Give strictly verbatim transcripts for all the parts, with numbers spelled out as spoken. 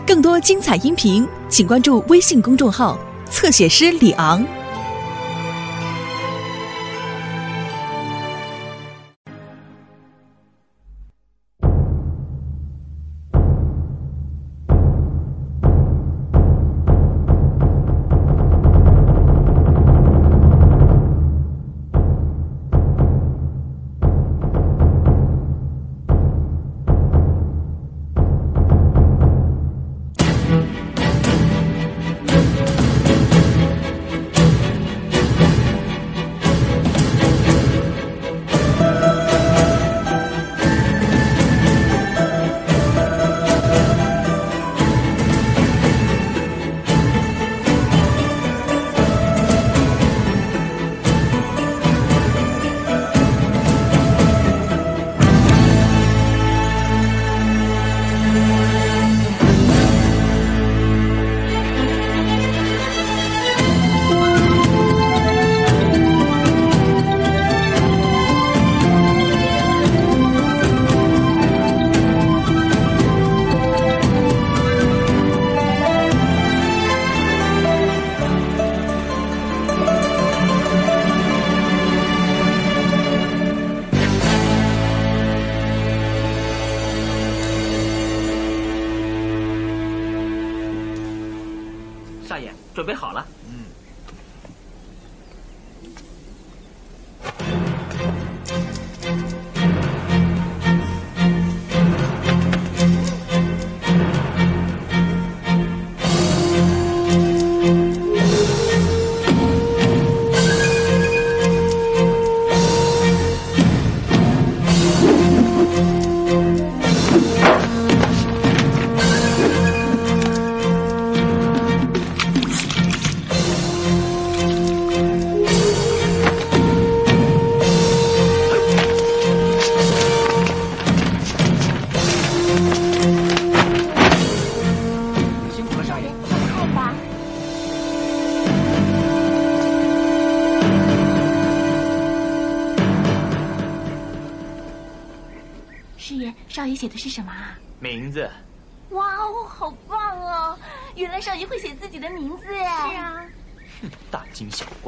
更多精彩音频，请关注微信公众号“侧写师李昂”。 少爷，准备好了。嗯。 师爷，少爷写的是什么啊？ 名字。 哇哦，好棒哦！原来少爷会写自己的名字哎。是啊。 哼，大惊小怪。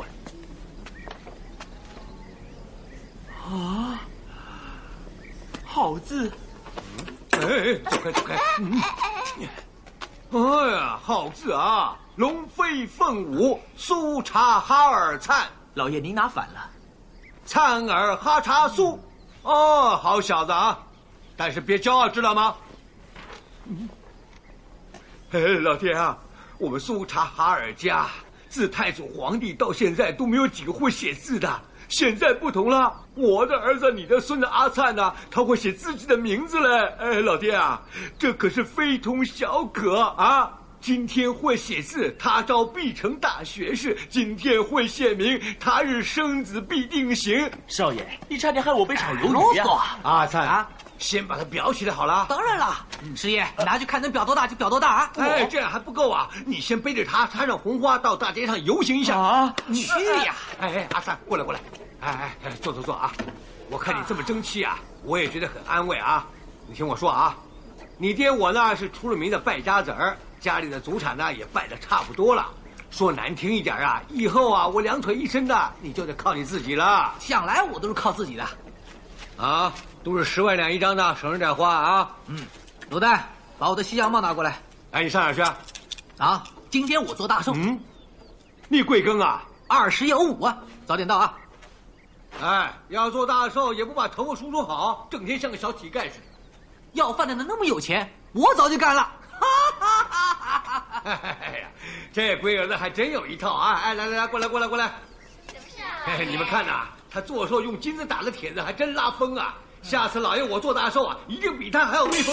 啊，好字。 哎哎，走开走开。嗯。哎呀，好字啊！龙飞凤舞，苏察哈尔灿。 老爷，您拿反了。 灿尔哈察苏。哦，好小子啊！但是别骄傲，知道吗？嗯，哎，老天啊，我们苏察哈尔家自太祖皇帝到现在都没有几个会写字的，现在不同了，我的儿子，你的孙子阿灿呢、啊，他会写自己的名字嘞！哎，老天啊，这可是非同小可啊！今天会写字，他朝必成大学士；今天会写名，他日生子必定行。 少爷，你差点害我被炒鱿鱼啊！ 阿灿啊，先把它裱起来好了。 当然了，师爷，拿去看能裱多大就裱多大啊！ 哎，这样还不够啊！你先背着它，插上红花，到大街上游行一下啊！ 去呀！哎哎，阿灿，过来过来，哎哎，坐坐坐啊！我看你这么争气啊，我也觉得很安慰啊。你听我说啊，你爹我呢是出了名的败家子儿。家里的祖产呢也败得差不多了，说难听一点啊，以后啊我两腿一伸的，你就得靠你自己了。 想来我都是靠自己的， 啊，都是十万两一张的，省着点花啊。 嗯，鲁代，把我的西洋帽拿过来。 哎，你上哪儿去啊？ 啊，今天我做大寿。 嗯，你贵庚啊？ 二十有五啊，早点到啊。 哎，要做大寿也不把头发梳梳好，整天像个小乞丐似的。 要饭的能那么有钱，我早就干了。 哎呀，这龟儿子还真有一套啊！哎，来来来，过来过来过来。 什么事啊？ 哎，你们看呐、啊，他做寿用金子打的帖子还真拉风啊！下次老爷我做大寿啊，一定比他还要威风。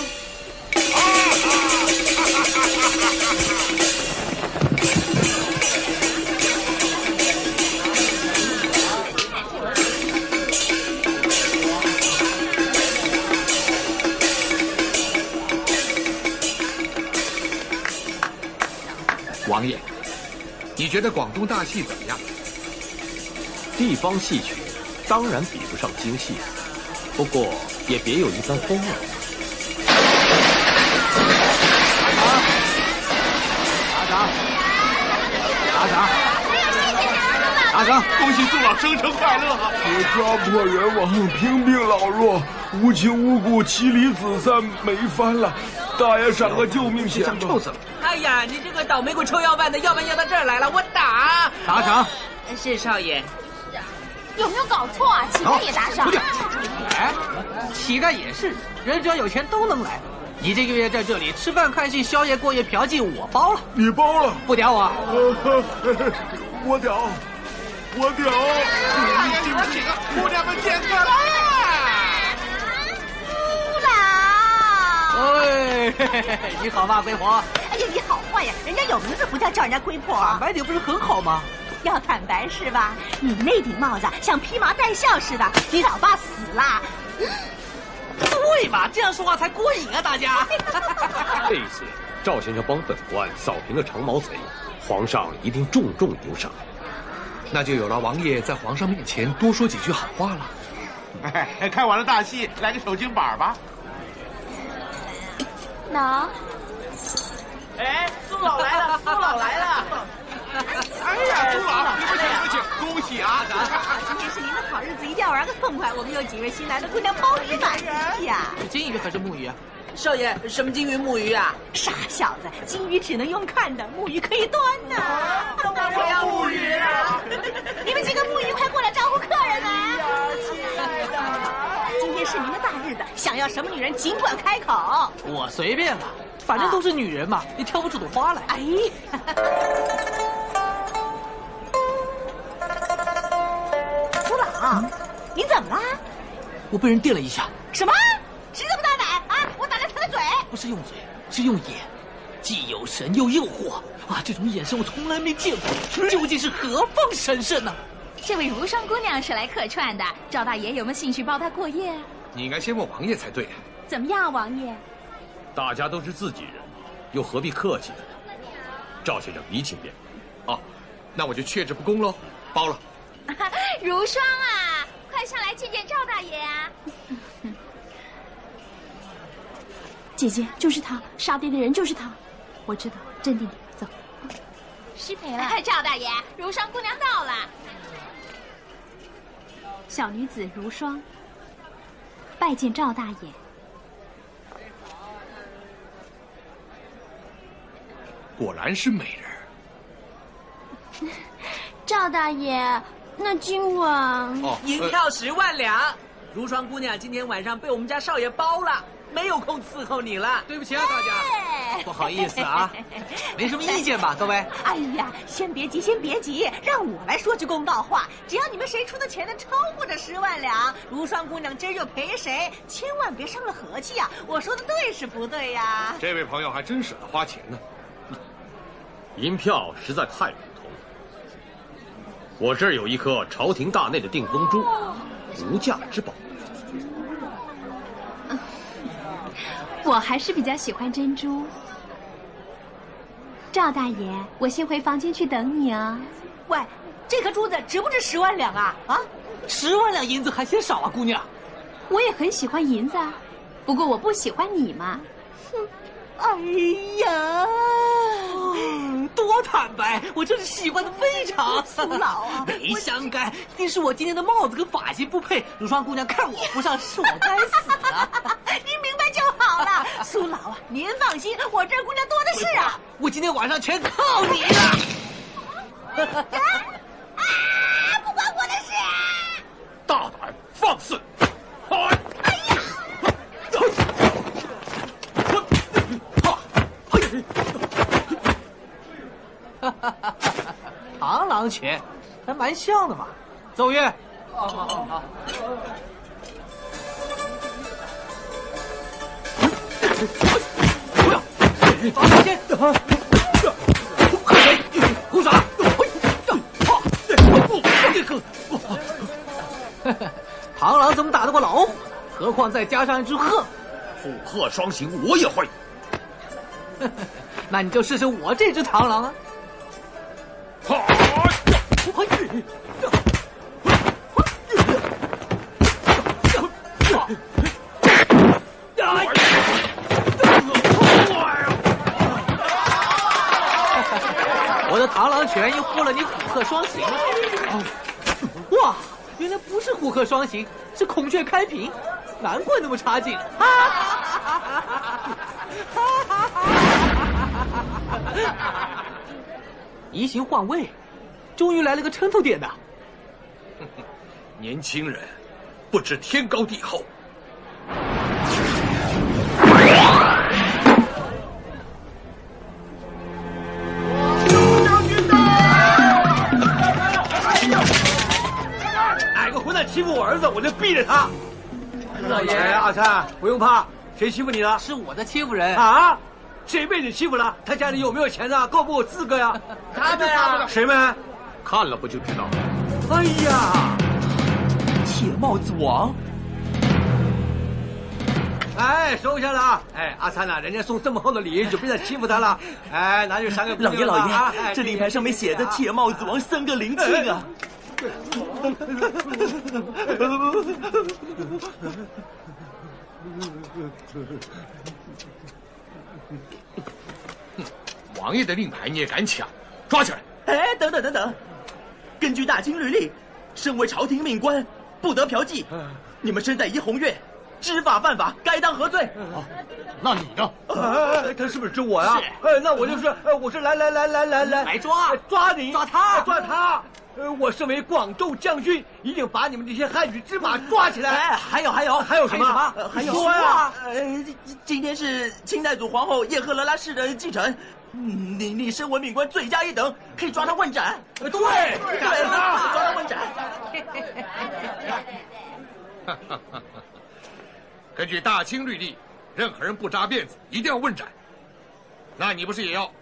王爷，你觉得广东大戏怎么样？ 地方戏曲当然比不上京戏，不过也别有一番风味。 啊！ 掌！ 恭喜苏老生辰快乐！ 我抓破冤枉，平病老弱，无亲无故，妻离子散，没翻了。大爷赏个救命钱吧！ 臭死了！ 哎呀，你这个倒霉鬼臭要饭的，要饭要到这儿来了，我打！ 打赏！ 是少爷。 有没有搞错啊？乞丐也打赏？ 哎，乞丐也是，人只要有钱都能来。你这个月在这里吃饭、看戏、宵夜、过夜、嫖妓，我包了。 你包了？ 不屌我？ 我屌，我屌！ 大爷，你们几个姑娘们见客啦！ 苏老， 哎，嘿嘿嘿，你好吗，龟婆？ 哎呀，你好坏呀！人家有名字不叫叫人家龟婆。 坦白点不是很好吗？ 要坦白是吧？你那顶帽子像披麻戴孝似的，你老爸死了。 对嘛，这样说话才过瘾啊，大家。 这次赵先生帮本官扫平了长毛贼，皇上一定重重有赏。 那就有了王爷在皇上面前多说几句好话了。 哎，看完了大戏，来个手巾板吧。 喏。 哎，苏老来了，苏老来了。 哎呀，苏老，你们请，你们请，恭喜啊！ 今天是您的好日子，一定要玩个痛快。我们有几位新来的姑娘包你满意呀。 是金鱼还是木鱼啊？ 少爷，什么金鱼木鱼啊？ 傻小子，金鱼只能用看的，木鱼可以端呢。 我要木鱼啊！ 你们几个木鱼快过来招呼客人啊！ 亲爱的， 今天是您的大日子，想要什么女人尽管开口。 我随便了，反正都是女人嘛，啊、你挑不出朵花来。 哎。苏老，你怎么了？ 我被人电了一下。 什么？谁这么大胆啊？我打了他的嘴。 不是用嘴，是用眼，既有神又诱惑啊！这种眼神我从来没见过，究竟是何方神圣呢？ 这位如霜姑娘是来客串的，赵大爷有没有兴趣包她过夜？ 你应该先问王爷才对啊。 怎么样，王爷？ 大家都是自己人，又何必客气呢？赵先生，你请便。 哦，那我就却之不恭喽，包了。 如霜啊，快上来见见赵大爷啊！ 姐姐，就是他，杀爹的人就是他。我知道，镇定点，走。 失陪了。赵大爷，如霜姑娘到了。 小女子如霜，拜见赵大爷。 果然是美人。 赵大爷，那今晚哦， 银票十万两。如霜姑娘今天晚上被我们家少爷包了，没有空伺候你了。 对不起啊，大家，不好意思啊，没什么意见吧，各位？ 哎呀，先别急，先别急，让我来说句公道话。只要你们谁出的钱呢超过这十万两，如霜姑娘今儿就赔谁，千万别伤了和气呀！我说的对是不对呀？ 这位朋友还真舍得花钱呢。 银票实在太普通了，我这儿有一颗朝廷大内的定风珠，无价之宝。 我还是比较喜欢珍珠。赵大爷，我先回房间去等你啊。 喂，这颗珠子值不值十万两啊？啊， 十万两银子还嫌少啊，姑娘。 我也很喜欢银子啊，不过我不喜欢你嘛。 哼，哎呀。 多坦白，我真是喜欢的非常。 苏老啊， 没相干，一定是我今天的帽子跟发型不配。如霜姑娘看我不上，是我该死啊！ 您明白就好了。苏老啊，您放心，我这姑娘多的是啊。 我今天晚上全靠你了。 啊，不关我的事。 大胆放肆！ 哎呀！ 螳螂拳，还蛮像的嘛。奏乐。好好好好。防守先。护耍。螳螂怎么打得过老虎？何况再加上一只鹤。 虎鹤双形，我也会。 那你就试试我这只螳螂啊！我的的螳螂拳又护了你虎鹤双形。哦，哇，原来不是虎鹤双形，是孔雀开屏，难怪那么差劲。哈哈哈哈！移形换位，终于来了个撑头点的。 年轻人，不知天高地厚。 哪个混蛋欺负我儿子，我就毙了他！ 老爷， 哎，阿灿，不用怕，谁欺负你了？ 是我的欺负人啊！谁被你欺负了？他家里有没有钱呢？够不够资格呀？ 他们呀， 谁们？ 看了不就知道了。 哎呀， 铁帽子王！ 哎，收下了啊！哎，阿灿呐，人家送这么厚的礼，就别再欺负他了。哎，拿去赏给老爷老爷， 啊、 这立牌上面写的铁帽子王三个灵庆啊！ 王爷的令牌你也敢抢？抓起来！ 哎，等等等等，根据大清律例，身为朝廷命官，不得嫖妓。你们身在怡红院，知法犯法，该当何罪？ 哦，那你呢？ 哎，他是不是指我呀？哎，那我就是，哎，我是来来来来来来来抓抓你， 抓他， 抓他！呃，我身为广州将军，一定把你们这些汉女之马抓起来。 哎，还有还有还有什么？ 还有还有说呀！ 呃，今天是清代祖皇后叶赫勒拉氏的继承。嗯，你你身为命官罪加一等，可以抓他问斩。 对对，对，抓他问斩。 根据大清律例，任何人不扎辫子一定要问斩。那你不是也要？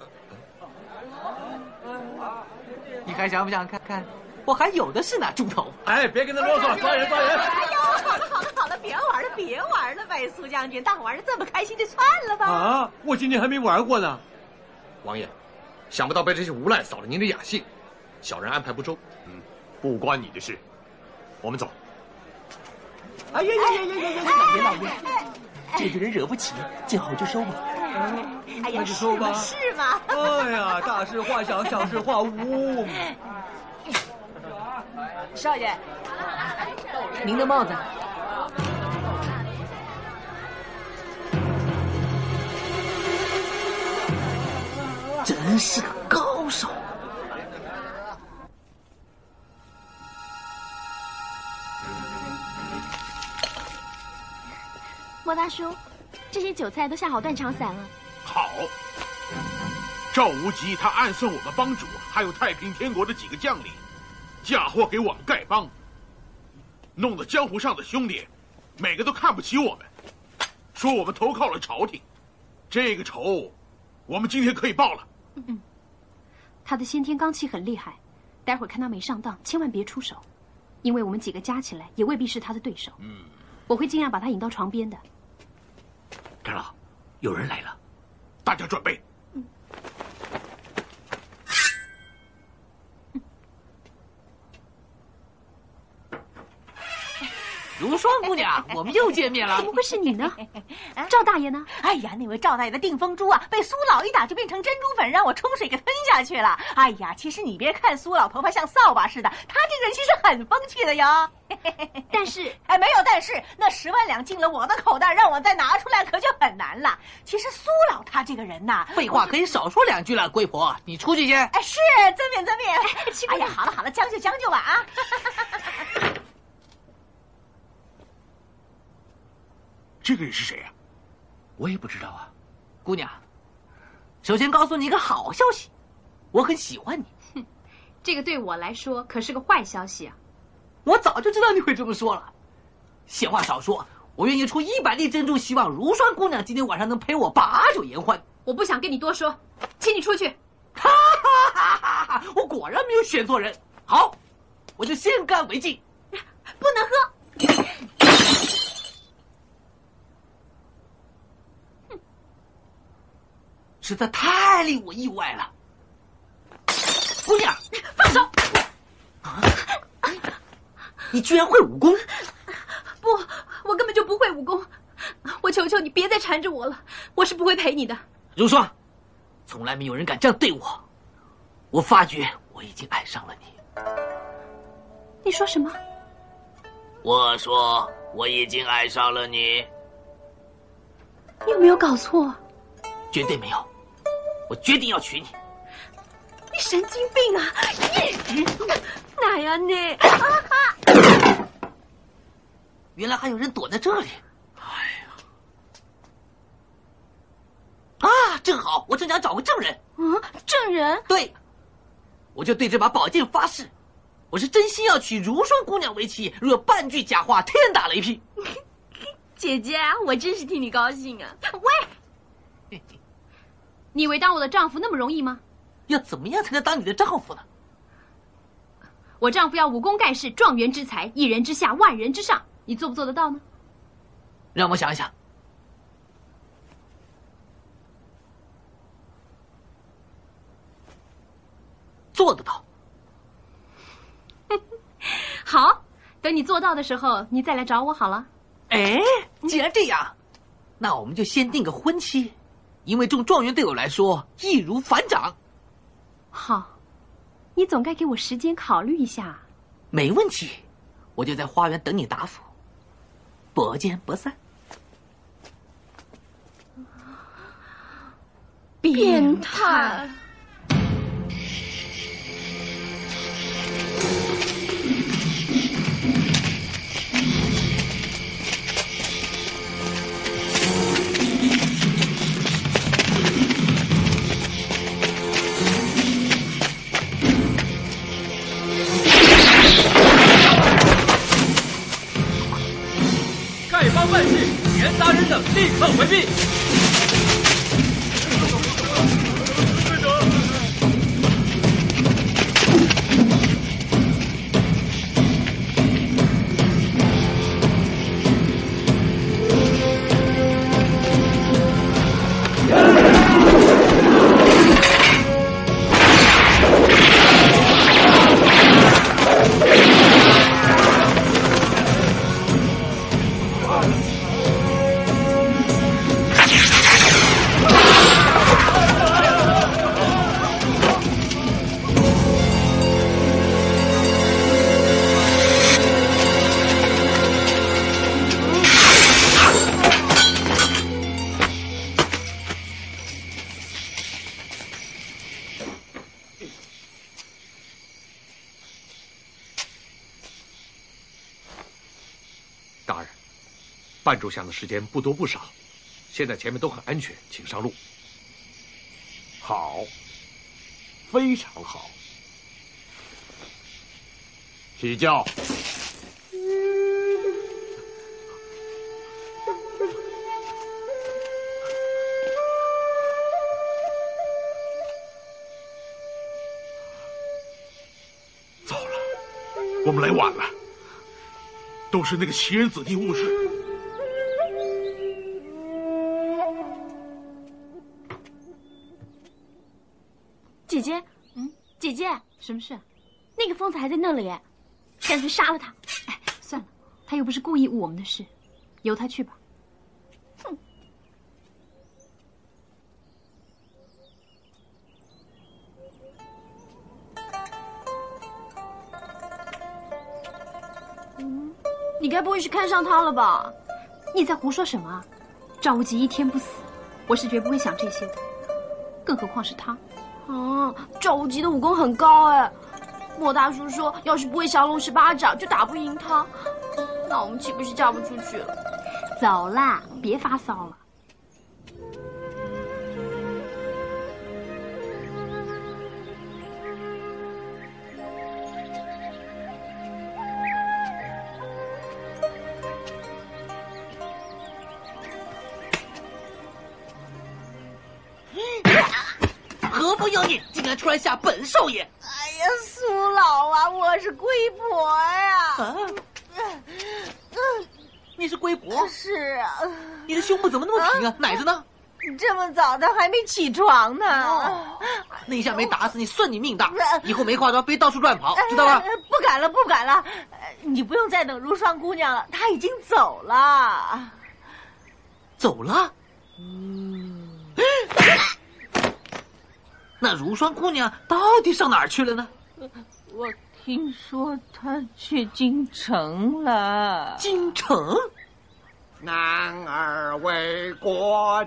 你还想不想看看？我还有的是呢，猪头！ 哎，别跟他啰嗦，抓人抓人！ 哎呦，好了好了好了，别玩了别玩了呗，苏将军，大伙玩的这么开心，就算了吧。 啊，我今天还没玩过呢。 王爷，想不到被这些无赖扫了您的雅兴，小人安排不周。 嗯，不关你的事，我们走。 哎呀呀呀呀呀呀！老爷老爷，这个人惹不起，见好就收吧。 哎呀，是吗？是吗？ 哎呀，大事化小，小事化无。 少爷， 您的帽子。 真是个高手。 莫大叔，这些韭菜都下好断肠散了。 好。赵无极他暗算我们帮主，还有太平天国的几个将领，嫁祸给我们丐帮，弄得江湖上的兄弟每个都看不起我们，说我们投靠了朝廷。这个仇，我们今天可以报了。 嗯，他的先天罡气很厉害，待会儿看他没上当，千万别出手，因为我们几个加起来也未必是他的对手。 嗯， 我会尽量把他引到床边的。 长老，有人来了， 大家准备。 嗯。 如霜姑娘，我们又见面了。 怎么会是你呢？赵大爷呢？ 哎呀，那位赵大爷的定风珠啊，被苏老一打就变成珍珠粉，让我冲水给吞下去了。哎呀，其实你别看苏老头发像扫把似的，他这个人其实很风趣的哟。 但是， 哎，没有但是，那十万两进了我的口袋，让我再拿出来可就很难了。其实苏老他这个人呐， 废话可以少说两句了。龟婆，你出去先。 哎，是遵命遵命。哎呀，好了好了，将就将就吧啊。 这个人是谁啊？ 我也不知道啊。 姑娘，首先告诉你一个好消息，我很喜欢你。 哼，这个对我来说可是个坏消息啊。 我早就知道你会这么说了。闲话少说，我愿意出一百粒珍珠，希望如霜姑娘今天晚上能陪我把酒言欢。 我不想跟你多说，请你出去。 哈哈哈哈哈！我果然没有选错人。好，我就先干为敬。 不能喝。 实在太令我意外了，姑娘， 放手！ 啊，你居然会武功？ 不，我根本就不会武功。我求求你别再缠着我了，我是不会陪你的。 如霜，从来没有人敢这样对我。 我发觉我已经爱上了你。 你说什么？ 我说我已经爱上了你。 你有没有搞错？ 绝对没有，我决定要娶你。 你神经病啊！你哪呀你？ 原来还有人躲在这里。哎呀！啊，正好，我正想找个证人。 嗯，证人？ 对，我就对这把宝剑发誓，我是真心要娶如霜姑娘为妻，若有半句假话，天打雷劈。 姐姐，我真是替你高兴啊！喂，你以为当我的丈夫那么容易吗？ 要怎么样才能当你的丈夫呢？ 我丈夫要武功盖世，状元之才，一人之下，万人之上，你做不做得到呢？ 让我想一想。做得到。 好，等你做到的时候，你再来找我好了。 哎，既然这样，那我们就先定个婚期，因为中状元对我来说易如反掌。 好，你总该给我时间考虑一下。 没问题，我就在花园等你答复，不见不散。 变态！ 丐帮办事，闲杂人等立刻回避。 半炷香的时间不多不少，现在前面都很安全，请上路。 好，非常好。起轿。 糟了，我们来晚了，都是那个奇人子弟误事。 姐姐，嗯，姐姐，什么事？那个疯子还在那里，干脆杀了他。哎，算了，他又不是故意误我们的事，由他去吧。哼。嗯，你该不会是看上他了吧？你在胡说什么啊？赵无极一天不死，我是绝不会想这些的，更何况是他。啊，赵无极的武功很高哎，莫大叔说，要是不会降龙十八掌，就打不赢他。那我们岂不是嫁不出去了？走啦，别发骚了。 何风妖孽，竟然突然下本少爷！ 哎呀，苏老啊，我是龟婆呀！ 啊，嗯，你是龟婆？ 是啊。 你的胸部怎么那么平啊？啊奶子呢？ 这么早的还没起床呢。 哦，那一下没打死你，算你命大。以后没化妆，别到处乱跑，知道吗？ 不敢了，不敢了。你不用再等如霜姑娘了，她已经走了。 走了？ 嗯。 那如霜姑娘到底上哪儿去了呢？ 我听说她去京城了。 京城？ 男儿为国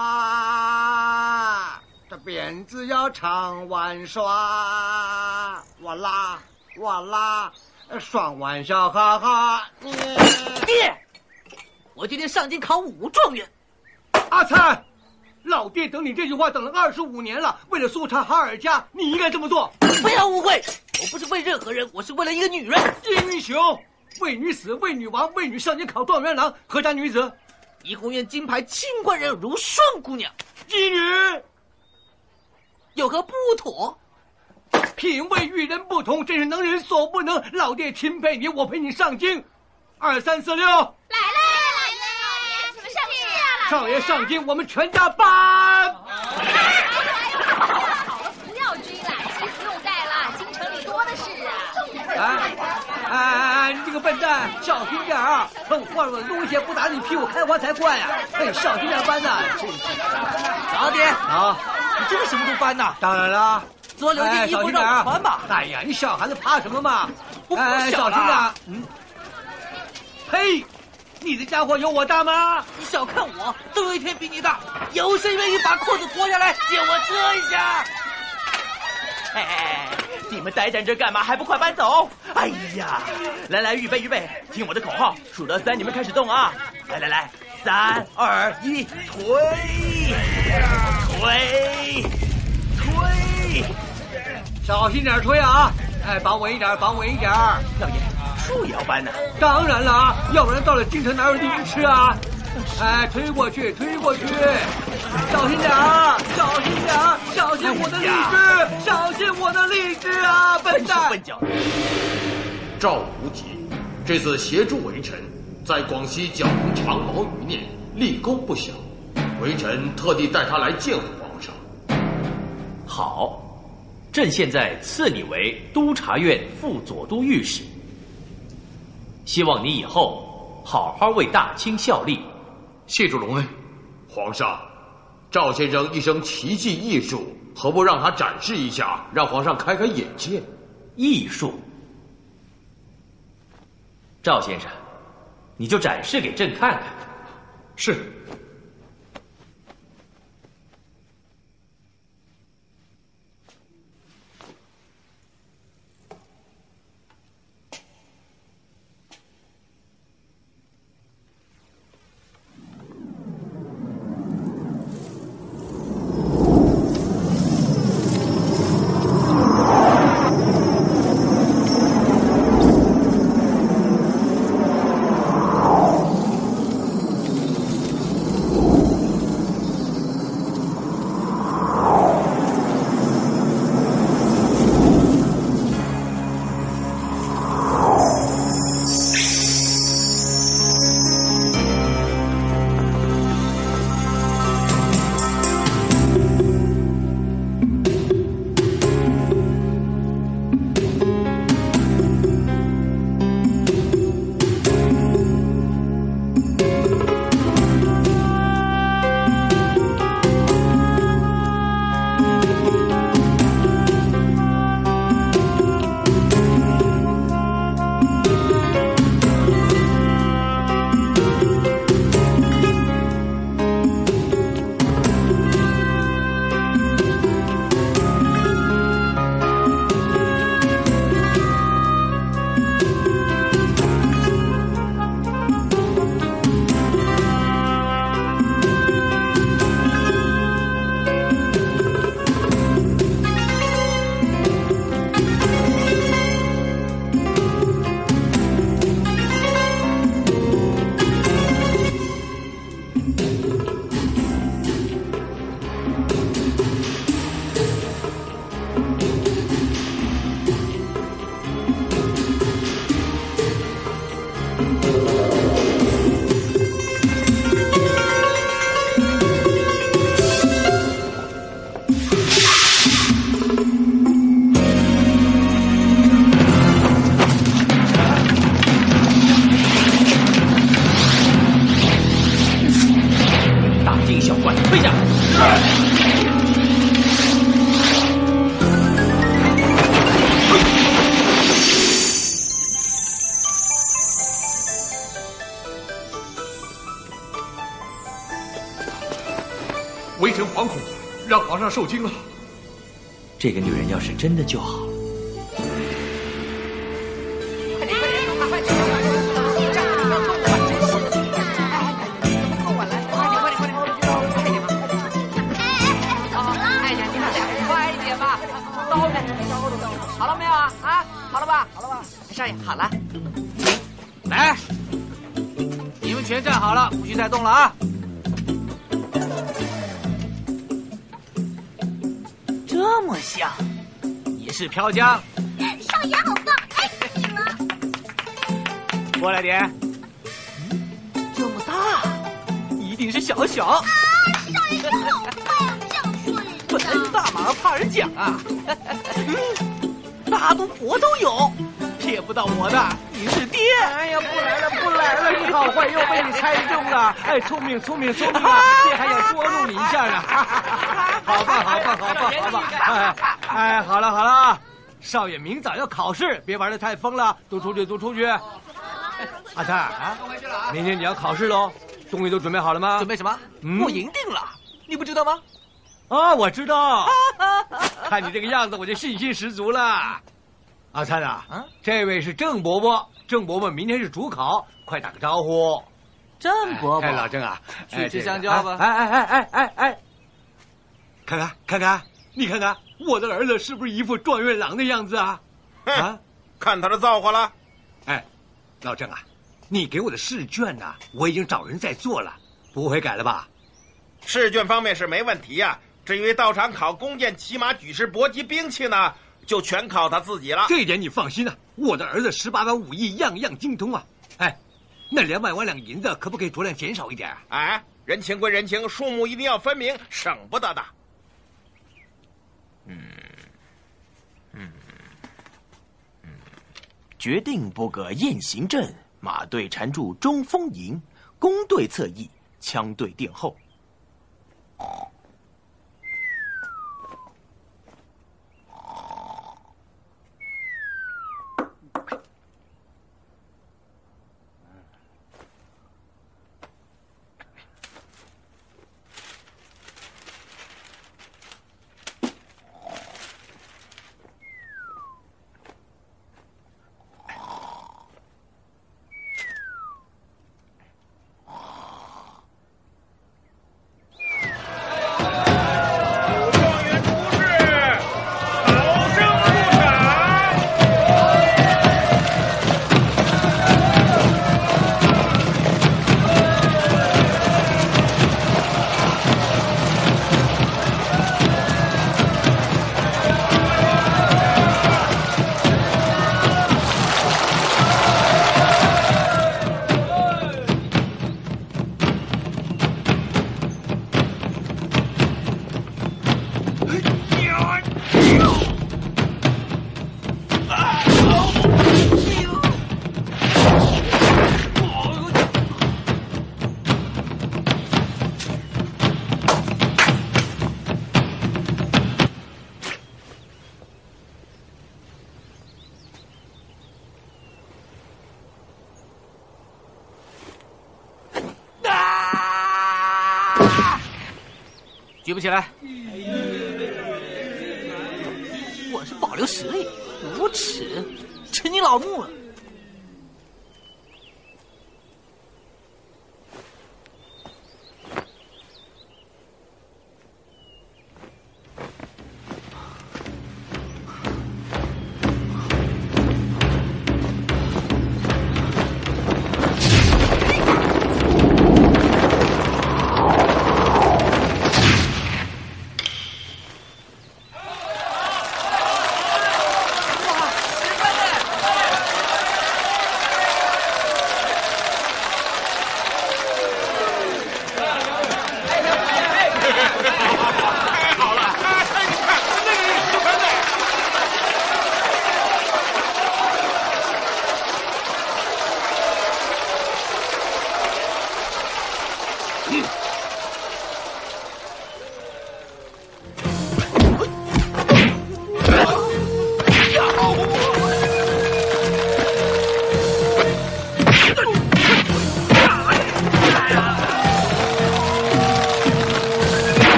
家，这辫子要长玩耍，哇啦哇啦，双玩笑哈哈。 爹，我今天上京考武状元。 阿灿，老爹等你这句话等了二十五年了，为了苏察哈尔家，你应该这么做。 不要误会，我不是为任何人，我是为了一个女人。 英雄，为女死，为女亡，为女上京考状元郎，何家女子？ 怡红院金牌清官人如霜姑娘。 妓女， 有何不妥？ 品味与人不同，真是能人所不能。老爹钦佩你，我陪你上京。二三四六，来了，老爷，什么上京啊？ 少爷上京，我们全家搬。 不要追了，戏不用带了，京城里多的是啊。 哎哎哎！你这个笨蛋，小心点啊！碰坏了东西不打你屁股开花才怪呀！哎，小心点搬呐！真是。 老爹啊， 你真的什么都搬呐？ 当然了。 左留件衣服让我穿吧。 哎呀，你小孩子怕什么嘛？ 我不哎，小心点。嗯。嘿，你这家伙有我大吗？ 你小看我，总有一天比你大。有谁愿意把裤子脱下来借我遮一下？ 哎，你们待在这干嘛？还不快搬走！哎呀，来来，预备预备，听我的口号，数到三，你们开始动啊！来来来，三二一，推，推，推， 小心点推啊！哎，绑稳一点，绑稳一点。 老爷，树也要搬呢。 当然了啊，要不然到了京城哪有荔枝吃啊？哎，推过去，推过去，小心点儿，小心点儿，小心我的荔枝，小心我的荔枝啊！笨蛋！ 笨脚。 赵无极这次协助微臣在广西剿平长毛余孽，立功不小，微臣特地带他来见皇上。 好，朕现在赐你为督察院副左都御史，希望你以后好好为大清效力。 谢主隆恩。 皇上，赵先生一身奇技艺术，何不让他展示一下，让皇上开开眼界？ 艺术？赵先生，你就展示给朕看看。 是。 微臣惶恐，让皇上受惊了。 这个女人要是真的就好了。 快点快点，快点！站着不要动吧，真是的！哎，怎么够晚来？快点快点快点，快点吧！哎哎，怎么了？哎呀，你们俩快一点吧！到了，好了没有啊？啊，好了吧？好了吧？少爷，好了。 来，你们全站好了，不许再动了啊！这么香，你是飘江。 少爷好棒，爱死你了！ 过来点。这么大，一定是小小。啊， 少爷真好坏啊，这样说人家。 大马儿怕人讲啊，大都婆都有，骗不到我的。你是爹。 哎呀，不来了不来了，你好坏又被你猜中了。哎，聪明聪明聪明啊，爹还要捉弄你一下呢。好棒好棒好棒好棒！哎哎，好了好了，少爷明早要考试，别玩得太疯了，都出去都出去。阿灿啊，明天你要考试喽，东西都准备好了吗？ 准备什么？ 嗯、 我赢定了，你不知道吗？ 啊，我知道。看你这个样子，我就信心十足了。阿灿啊，啊这位是郑伯伯，郑伯伯明天是主考，快打个招呼。 郑伯伯， 哎，老郑啊， 去吃香蕉吧。 哎哎哎哎哎哎，看看看看，你看看我的儿子是不是一副状元郎的样子啊？ 啊，看他的造化了。 哎，老郑啊，你给我的试卷呢、啊，我已经找人在做了，不会改了吧？ 试卷方面是没问题呀、啊，至于到场考弓箭、骑马、举式、搏击、兵器呢，就全靠他自己了。 这一点你放心啊，我的儿子十八般武艺样样精通啊。哎，那两百万两银子可不可以酌量减少一点啊？ 哎，人情归人情，数目一定要分明，省不得的。 嗯嗯嗯，决定拨个雁行阵，马队缠住中锋营，弓队侧翼，枪队殿后。 举不起来！我是保留实力，无耻，吃你老木了！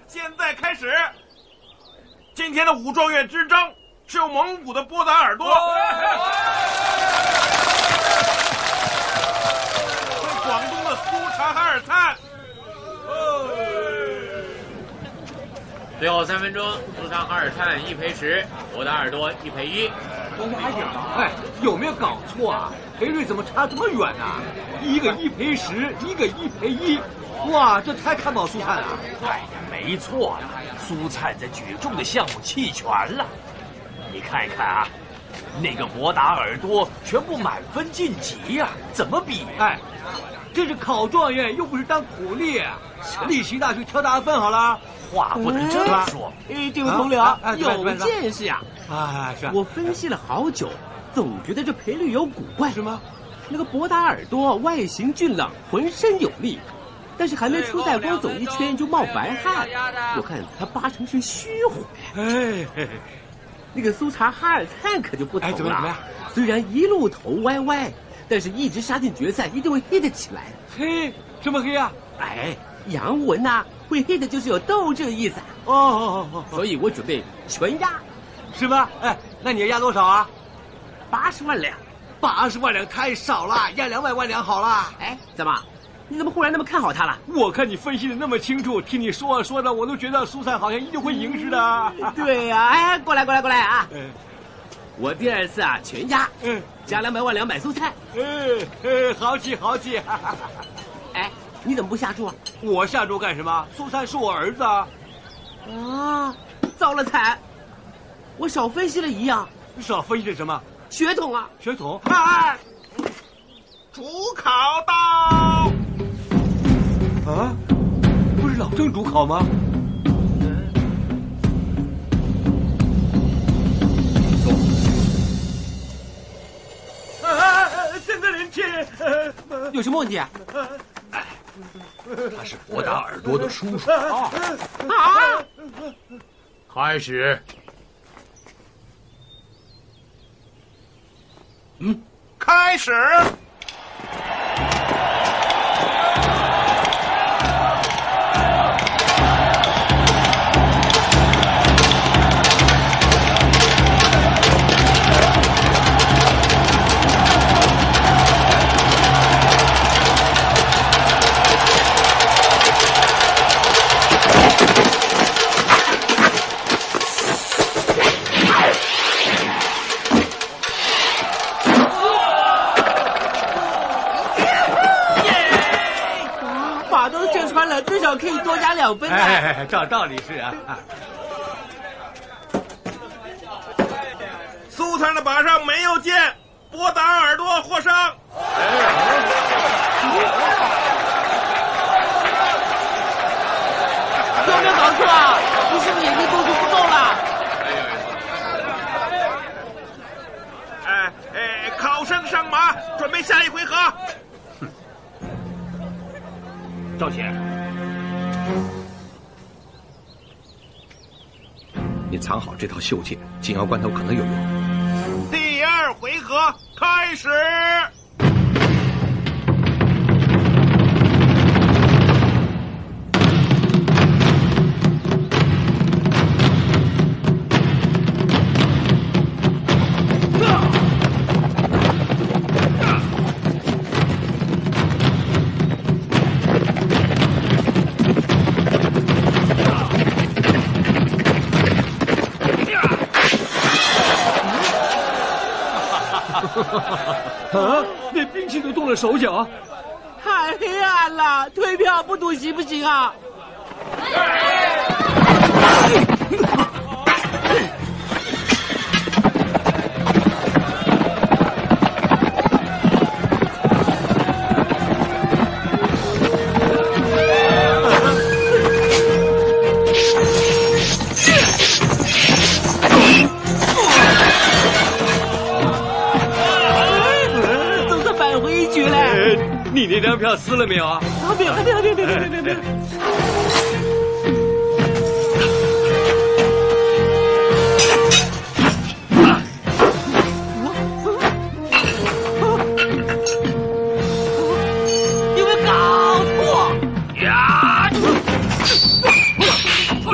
现在开始，今天的武状元之争是由蒙古的波达尔多和广东的苏察哈尔灿。 最后三分钟，苏察哈尔灿一赔十，波达尔多一赔一。 多加一点吧。哎，有没有搞错啊？赔率怎么差这么远呢、啊？一个一赔十，一个一赔一。哇，这太看不好苏灿了。 哎呀，没错了，苏灿在举重的项目弃权了。你看一看啊，那个博达尔多全部满分晋级呀、啊，怎么比？ 哎，这是考状元，又不是当苦力。力行大学挑大分好了。 话不能这么说。 哎，这位同僚、啊啊、有见识呀！ 啊，是啊。 我分析了好久，总觉得这赔率有古怪。 是吗？ 那个博达尔多外形俊朗，浑身有力。但是还没出赛，光走一圈就冒白汗。我看他八成是虚火。 哎， 那个苏察哈尔灿可就不同了。 哎，怎么怎么样？ 虽然一路头歪歪，但是一直杀进决赛，一定会黑得起来。 黑？什么黑啊？ 哎，洋文呐、啊，会黑的就是有斗志的意思。 哦哦哦哦， 所以我准备全压， 是吧？哎，那你要压多少啊？ 八十万两。 八十万两太少了，压两百万两好了。 哎，怎么？你怎么忽然那么看好他了？ 我看你分析的那么清楚，听你说啊说的，我都觉得苏灿好像一定会赢似的。 对呀、啊，哎，过来过来过来啊！嗯、我第二次啊全压，嗯，加两百万两买苏灿。 哎哎，豪气豪气！ 哎，你怎么不下注啊？ 我下注干什么？苏灿是我儿子啊！ 啊，糟了惨！我少分析了一样。 少分析了什么？ 血统啊！ 血统！哎， 主考到。 啊，不是老郑主考吗？走。啊，真的人气， 有什么问题啊？ 哎，他是博达尔多的叔叔。 啊！ 开始。 嗯，开始。 至少可以多加两分。 哎，照道理是啊。 苏灿的靶上没有箭，波达尔多获胜。 有没有搞错啊？你是不是眼睛度数不够了？ 哎哎，考生上马，准备下一回合。 赵显，你藏好这套袖剑，紧要关头可能有用。 第二回合开始。 啊！连兵器都动了手脚， 太黑暗了，退票不赌行不行啊？ 你那张票撕了没有啊？ 啊，没有，没有，没有，没有，没有，没有。有没有搞错？呀！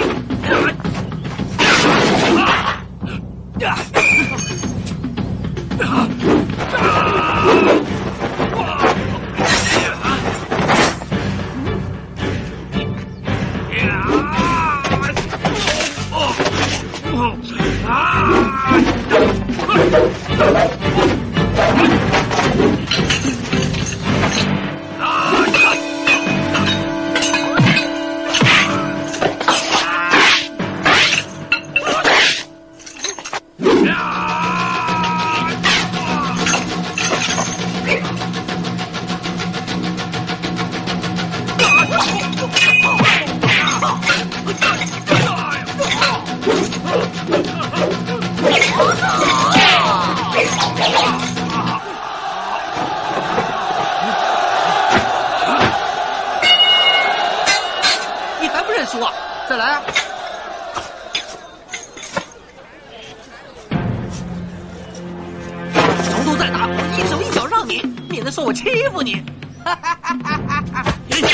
认输啊！再来啊！从头再打，我一手一脚让你，免得说我欺负你。哈哈哈哈哈哈！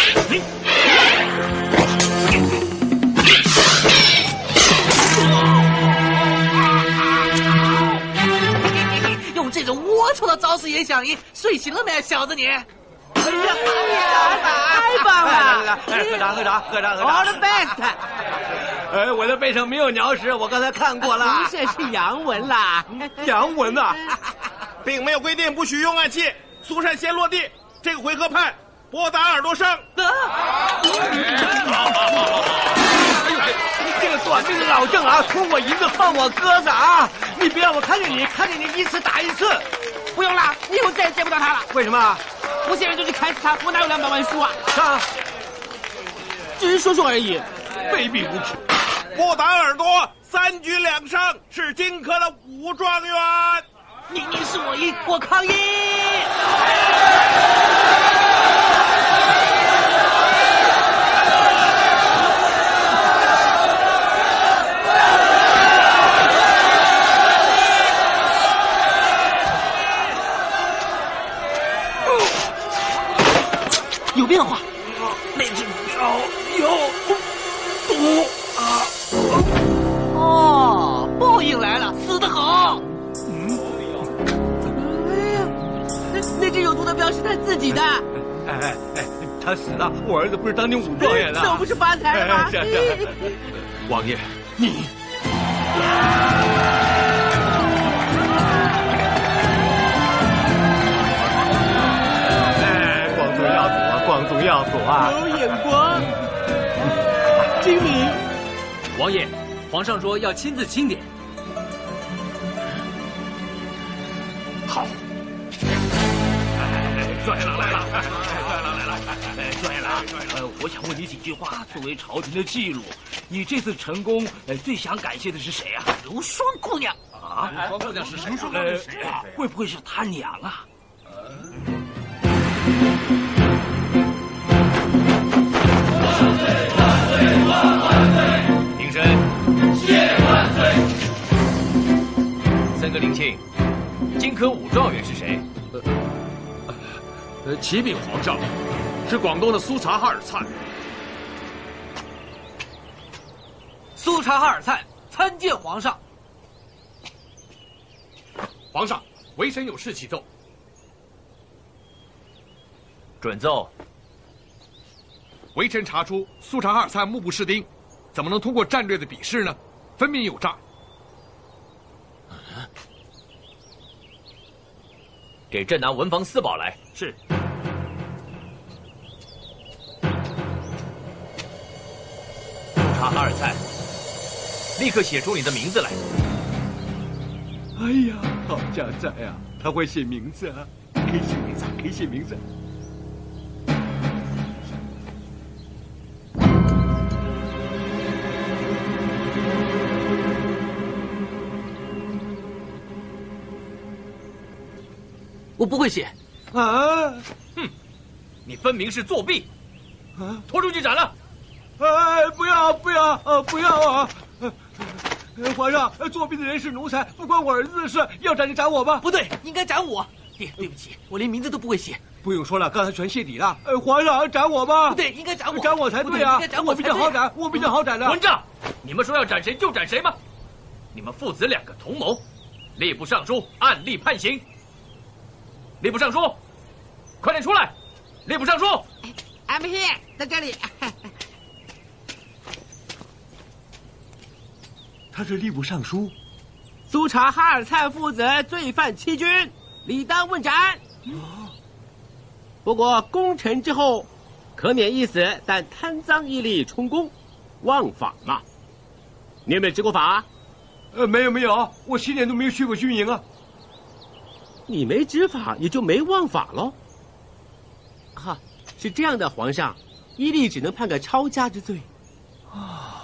用这种龌龊的招式也想赢，睡醒了没，小子你？哎呀，太棒了！ 来来来，喝茶喝茶喝茶喝茶 ！All the best！ 哎，我的背上没有鸟屎，我刚才看过了。 这是洋文啦， 洋文呐， 并没有规定不许用暗器。苏珊先落地，这个回合判拨打耳朵上。 这个短命的老郑啊，图我银子放我鸽子啊！你别让我看见你，看见你一次打一次。 不用了，以后再也见不到他了。 为什么？ 我现在就去砍死他，我哪有两百万输啊？ 上， 只是说说而已。 卑鄙无耻！ 拨打耳朵，三局两胜，是荆轲的五状元。 你你是我一，我抗议！有变化， 那只鸟有毒啊！ 哦，报应来了，死得好。 嗯，哎呀，那那只有毒的镖是他自己的。 哎哎哎，他死了，我儿子不是当年武状元了？ 那我不是发财了吗？ 是啊是啊。 王爷， 你。光宗耀祖啊！ 有眼光，精明。 王爷，皇上说要亲自钦点。 好。状元郎来了，状元郎来了，状元郎， 呃，我想问你几句话，作为朝廷的记录。你这次成功，呃，最想感谢的是谁啊？ 如霜姑娘啊？ 如霜姑娘是谁？ 呃，谁啊？会不会是他娘啊？ 平身， 谢万岁。 三哥陵庆，荆轲五状元是谁？ 呃，呃，启禀皇上，是广东的苏察哈尔灿。 苏察哈尔灿参见皇上。 皇上，微臣有事启奏。 准奏。 微臣查出苏察哈尔灿目不识丁，怎么能通过战略的比试呢？分明有诈。 给朕拿文房四宝来。 是。 苏察哈尔灿，立刻写出你的名字来。 哎呀，好家在啊，他会写名字啊，可以写名字，可以写名字。 我不会写。 啊！ 哼，你分明是作弊！啊，拖出去斩了！ 哎，不要不要啊，不要啊！皇上，作弊的人是奴才，不关我儿子的事，要斩就斩我吧。 不对，应该斩我。爹，对不起，我连名字都不会写。 不用说了，刚才全谢底了。呃，皇上，斩我吧。 不对，应该斩我， 斩我才对啊！ 应该斩我比较好斩，我比较好斩的。 混账！你们说要斩谁就斩谁吗？你们父子两个同谋，吏部尚书按例判刑。吏部尚书，快点出来！吏部尚书 ，I'm here， 在这里。 他是吏部尚书， 苏察哈尔灿父子罪犯欺君，理当问斩。不过功成之后，可免一死，但贪赃役吏充公，枉法嘛。你有没有执过法？ 呃，没有没有，我七年都没有去过军营啊。 你没执法，也就没枉法喽。哈、啊，是这样的，皇上，依例只能判个抄家之罪。 啊，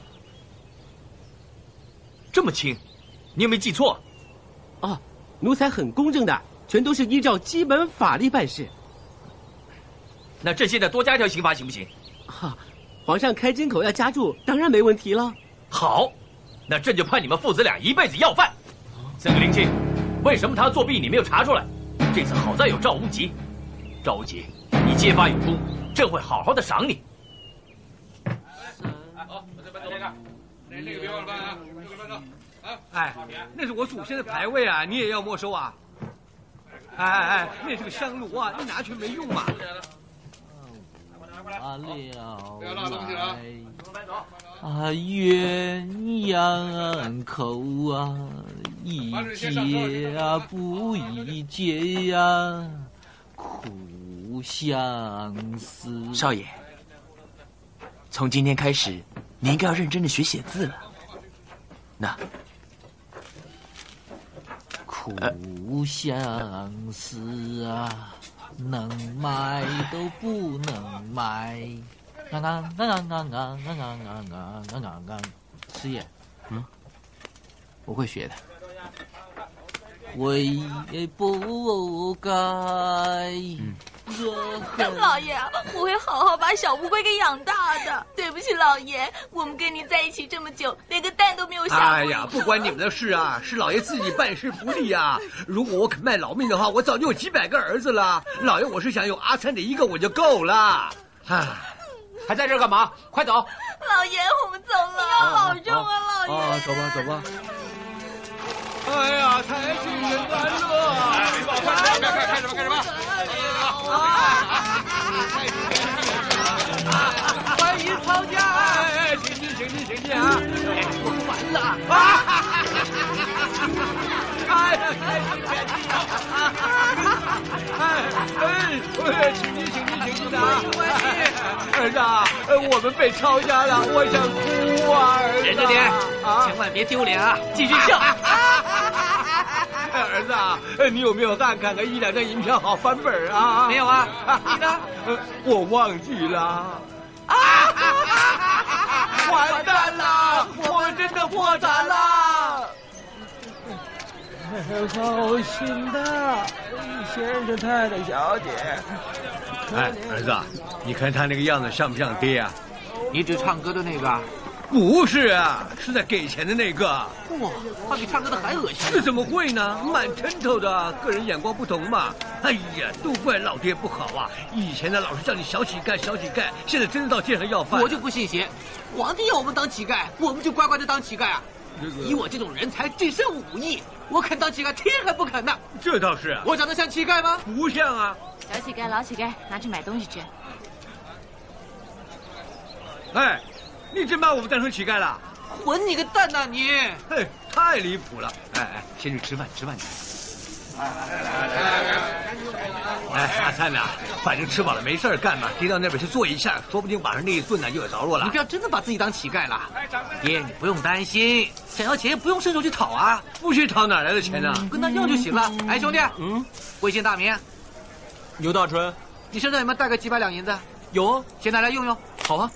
这么轻，你有没有记错？ 啊，奴才很公正的，全都是依照基本法律办事。 那朕现在多加一条刑罚行不行？ 哈、啊， 皇上开金口要加注，当然没问题了。 好，那朕就判你们父子俩一辈子要饭。三个灵亲，为什么他作弊你没有查出来？这次好在有赵无极，赵无极，你揭发有功，朕会好好的赏你。 好，我这边走这个，那这个别忘了搬啊，这个搬走。啊， 哎，那是我祖先的牌位啊，你也要没收啊？哎哎哎，那是个香炉啊，你拿去没用嘛。 啊了， 不要落东西了啊！ 啊，鸳鸯口啊，一结啊不一结呀，苦相思。 少爷，从今天开始，你应该要认真的学写字了。那， 苦相思啊，能买都不能买。啊啊啊啊啊啊啊啊啊啊啊！师爷，嗯，我会学的。悔不该。嗯。 老爷，我会好好把小乌龟给养大的。对不起，老爷，我们跟您在一起这么久，连个蛋都没有下过。 哎呀，不关你们的事啊，是老爷自己办事不力啊。如果我肯卖老命的话，我早就有几百个儿子了。老爷，我是想有阿三的一个我就够了。唉， 还在这干嘛？快走！ 老爷，我们走了。你要保重啊，老爷。 啊，走吧，走吧。哎呀，太令人难乐！ 哎，没报快点，开开什么开什么？ 欢迎曹家！哎，请进，请进，请进啊！哎，我完了！哎呀，太请进哎哎，请进，请进，请进的啊！儿子啊，我们被抄家了，我想哭啊！ 忍着点，千万别丢脸啊！继续笑。 儿子啊，你有没有看看个一两张银票好翻本啊？ 没有啊，你呢？ 我忘记了。啊！完蛋了，我们真的破产了！ 好心的，先生、太太、小姐。 哎，儿子，你看他那个样子像不像爹啊？ 你指唱歌的那个？ 不是啊，是在给钱的那个。 哇，他比唱歌的还恶心。 这怎么会呢？满城头的，个人眼光不同嘛。哎呀，都怪老爹不好啊！以前呢，老是叫你小乞丐，小乞丐，现在真的到街上要饭。 我就不信邪，皇帝要我们当乞丐，我们就乖乖的当乞丐啊！ 这个、 以我这种人才，只剩五亿，我肯当乞丐，天还不肯呢。 这倒是、啊。 我长得像乞丐吗？ 不像啊。 小乞丐，老乞丐，拿去买东西吃。 哎。你真把我们当成乞丐了？ 混你个蛋呐你！ 嘿，太离谱了！哎哎，先去吃饭，吃饭去。哎，阿灿呐，反正吃饱了没事干嘛，爹到那边去坐一下，说不定晚上那一顿呢就有着落了。 你不要真的把自己当乞丐了。爹，你不用担心，想要钱不用伸手去讨啊， 不去讨哪来的钱呢？ 嗯、跟他要就行了。哎，兄弟， 嗯， 贵姓大名？ 牛大春。 你身上有没有带个几百两银子？ 有， 先拿来用用。 好啊。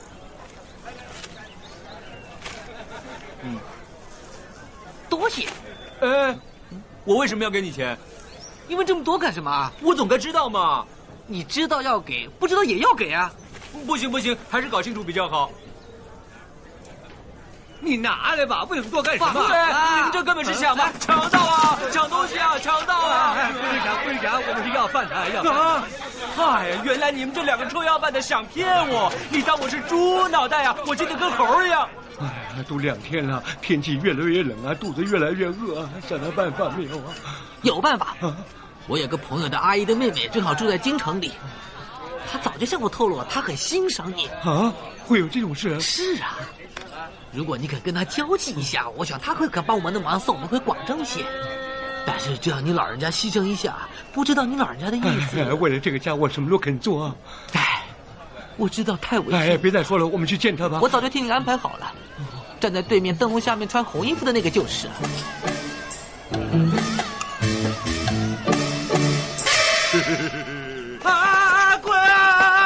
嗯，多谢。 哎，我为什么要给你钱？ 你问这么多干什么啊？ 我总该知道嘛。 你知道要给，不知道也要给啊。 不行不行，还是搞清楚比较好。 你拿来吧，问那么多干什么？ 你们这根本是想吧，强盗啊，抢东西啊，强盗啊！ 不是抢，不是抢，我们是要饭的，要饭。哎呀，原来你们这两个臭要饭的想骗我！你当我是猪脑袋呀？我记得跟猴一样。 哎呀，都两天了，天气越来越冷啊，肚子越来越饿啊，想到办法没有啊？ 有办法。我有个朋友的阿姨的妹妹，正好住在京城里，她早就向我透露，她很欣赏你。 啊？会有这种事？ 是啊。如果你肯跟他交际一下，我想他会肯帮我们的忙，送我们回广州去。但是这样你老人家牺牲一下，不知道你老人家的意思。 哎、为了这个家，我什么都肯做啊！ 哎，我知道太委屈。 哎，别再说了，我们去见他吧。 我早就替你安排好了，站在对面灯笼下面穿红衣服的那个就是了。 啊，滚啊！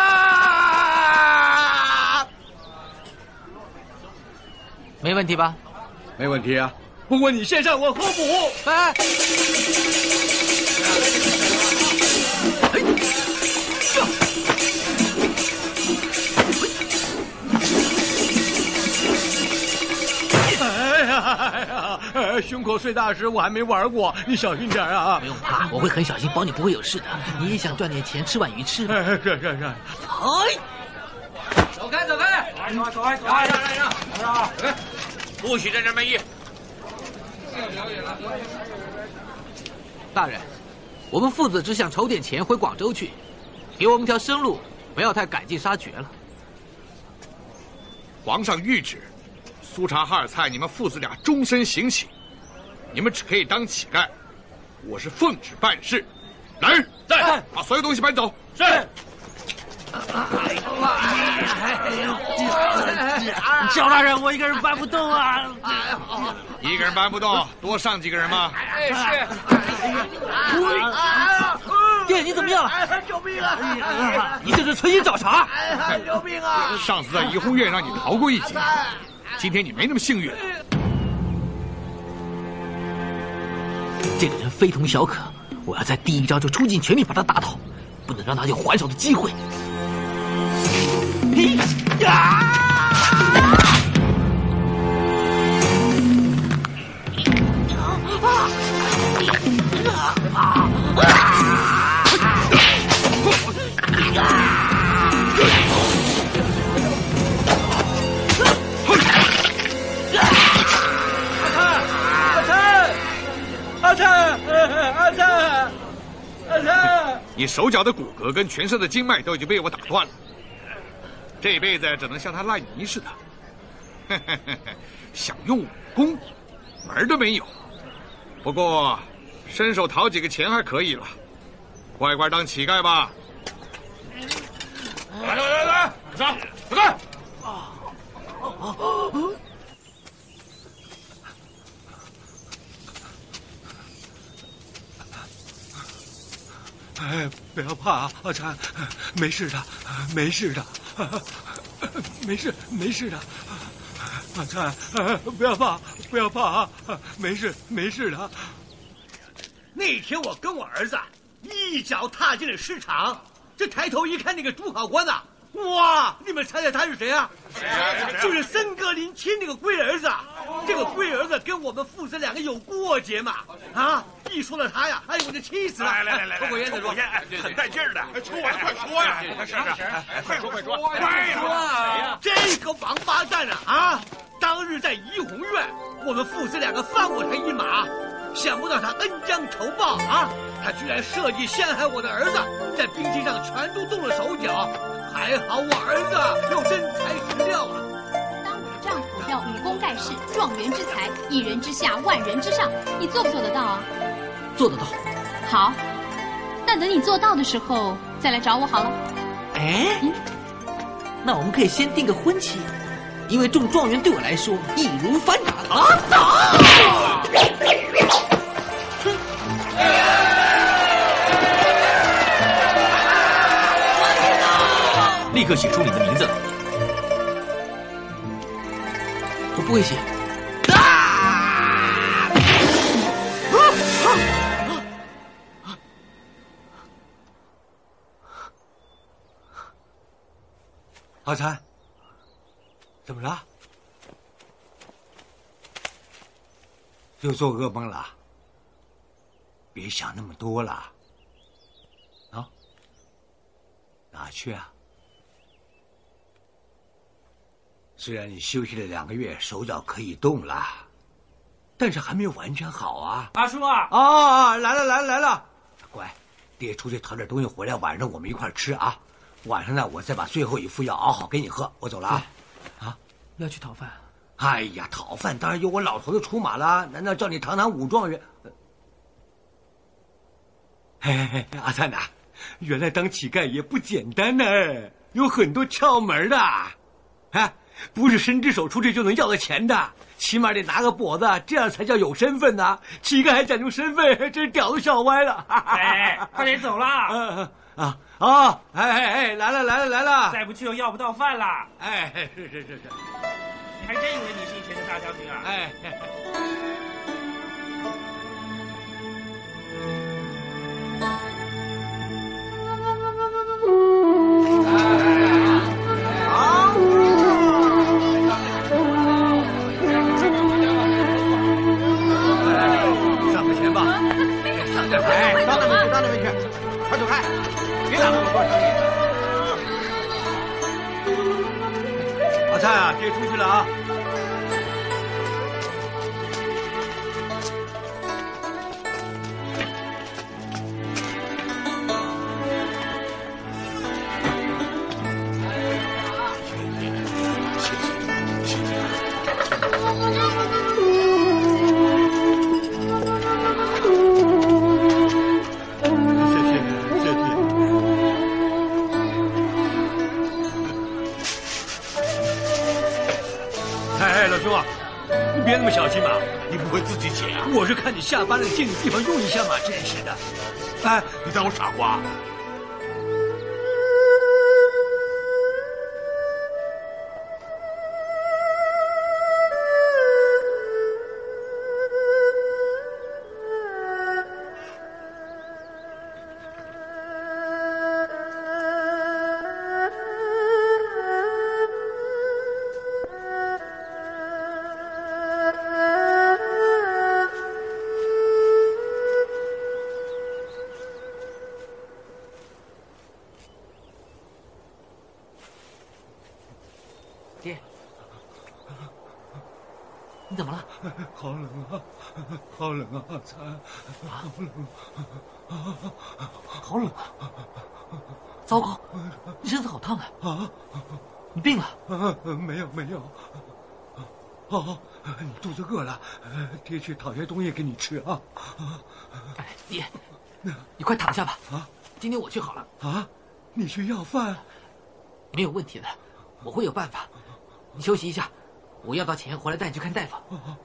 没问题吧？ 没问题啊。不过你先上，我后补。 哎。 呃，胸口碎大石我还没玩过，你小心点啊！ 不用怕，我会很小心，保你不会有事的。你也想赚点钱，吃碗鱼翅吗？ 是是是。 哎， 走开，走开！走开，走开，走开！让让让！让让！ 不许在这卖艺！ 大人，我们父子只想筹点钱回广州去，给我们条生路，不要太赶尽杀绝了。 皇上谕旨，苏察哈尔蔡你们父子俩终身行乞，你们只可以当乞丐。我是奉旨办事。来人，在，把所有东西搬走。 是。 焦大人，我一个人搬不动啊！ 一个人搬不动，多上几个人嘛。 哎，是。 爹，你怎么样了？ 救命啊！ 你这是存心找茬！ 救命啊！ 上次在怡红院让你逃过一劫，今天你没那么幸运。 这个人非同小可，我要在第一招就出尽全力把他打倒，不能让他有还手的机会。嘿呀！ 阿琛，阿琛，阿琛！ 你手脚的骨骼跟全身的经脉都已经被我打断了，这辈子只能像他烂泥似的，想用武功，门都没有。不过，伸手讨几个钱还可以了，乖乖当乞丐吧。 来来来来，上，走开！ 哎，不要怕，阿琛，没事的，没事的，没事，没事的。阿琛，不要怕，不要怕啊，没事，没事的。那天我跟我儿子一脚踏进了市场，这抬头一看，那个主考官呐，哇！你们猜猜他是谁啊？就是森格林钦那个龟儿子。这个龟儿子跟我们父子两个有过节嘛？啊！一说到他呀，哎，我就气死了！ 来来来来， 抽口烟再说， 很带劲儿的，抽完快说呀！是是，快说快说，快说啊！ 这个王八蛋啊啊！当日在怡红院，我们父子两个放过他一马，想不到他恩将仇报啊！他居然设计陷害我的儿子，在兵器上全都动了手脚。还好我儿子有真材实料啊！ 当我丈夫要武功盖世，状元之才，一人之下，万人之上，你做不做得到啊？ 做得到。 好，那等你做到的时候再来找我好了。 哎，嗯、那我们可以先定个婚期，因为中状元对我来说易如反掌啊！打！ 立刻写出你的名字。 我不会写。 阿琛，怎么了？又做噩梦了？别想那么多了。啊？哪去啊？虽然你休息了两个月，手脚可以动了，但是还没有完全好啊。 阿叔啊！ 啊，来了来了来了！乖，爹出去淘点东西回来，晚上我们一块吃啊。晚上呢，我再把最后一副药熬好给你喝。我走了啊！啊， 要去讨饭？ 哎呀，讨饭当然由我老头子出马了，难道叫你堂堂武状元？嘿嘿嘿，阿琛呐，原来当乞丐也不简单呢，有很多窍门的。哎，不是伸只手出去就能要到钱的，起码得拿个脖子，这样才叫有身份呢。乞丐还讲究身份，真屌都笑歪了。 哎，快点走啦！ 啊啊！哎哎哎，来了来了来了！ 再不去又要不到饭啦！ 哎，是是是是， 你还真以为你是以前的大将军啊？ 哎。 小蔡啊，爹出去了啊。 别那么小心嘛！ 你不会自己捡啊？ 我是看你下班了，借你地方用一下嘛，真是的。 哎，你当我傻瓜？ 爹，你怎么了？ 好冷啊，好冷啊，才好冷啊，好冷啊！糟糕，你身子好烫啊！啊，你病了？ 啊，没有没有。哦，你肚子饿了，爹去讨些东西给你吃啊。 哎，爹，你快躺下吧。啊，今天我去好了。 啊，你去要饭？ 没有问题的，我会有办法。你休息一下，我要到钱回来带你去看大夫。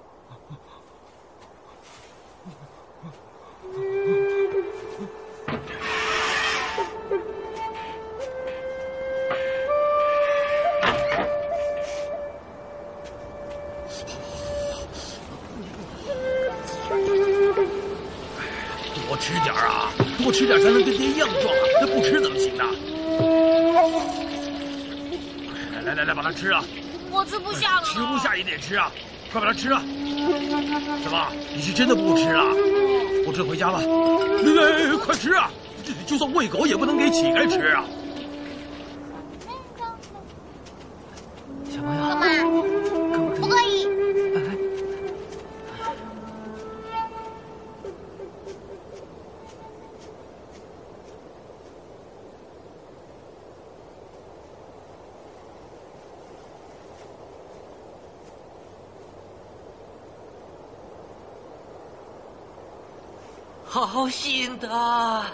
多吃点啊，多吃点才能跟爹一样壮啊！这不吃怎么行呢？来来来，把它吃啊！ 我吃不下了。 吃不下也得吃啊！快把它吃啊！怎么，你是真的不吃了？不吃回家吧。哎，快吃啊！就算喂狗也不能给乞丐吃啊！ 小朋友， 干嘛？不可以。 好心的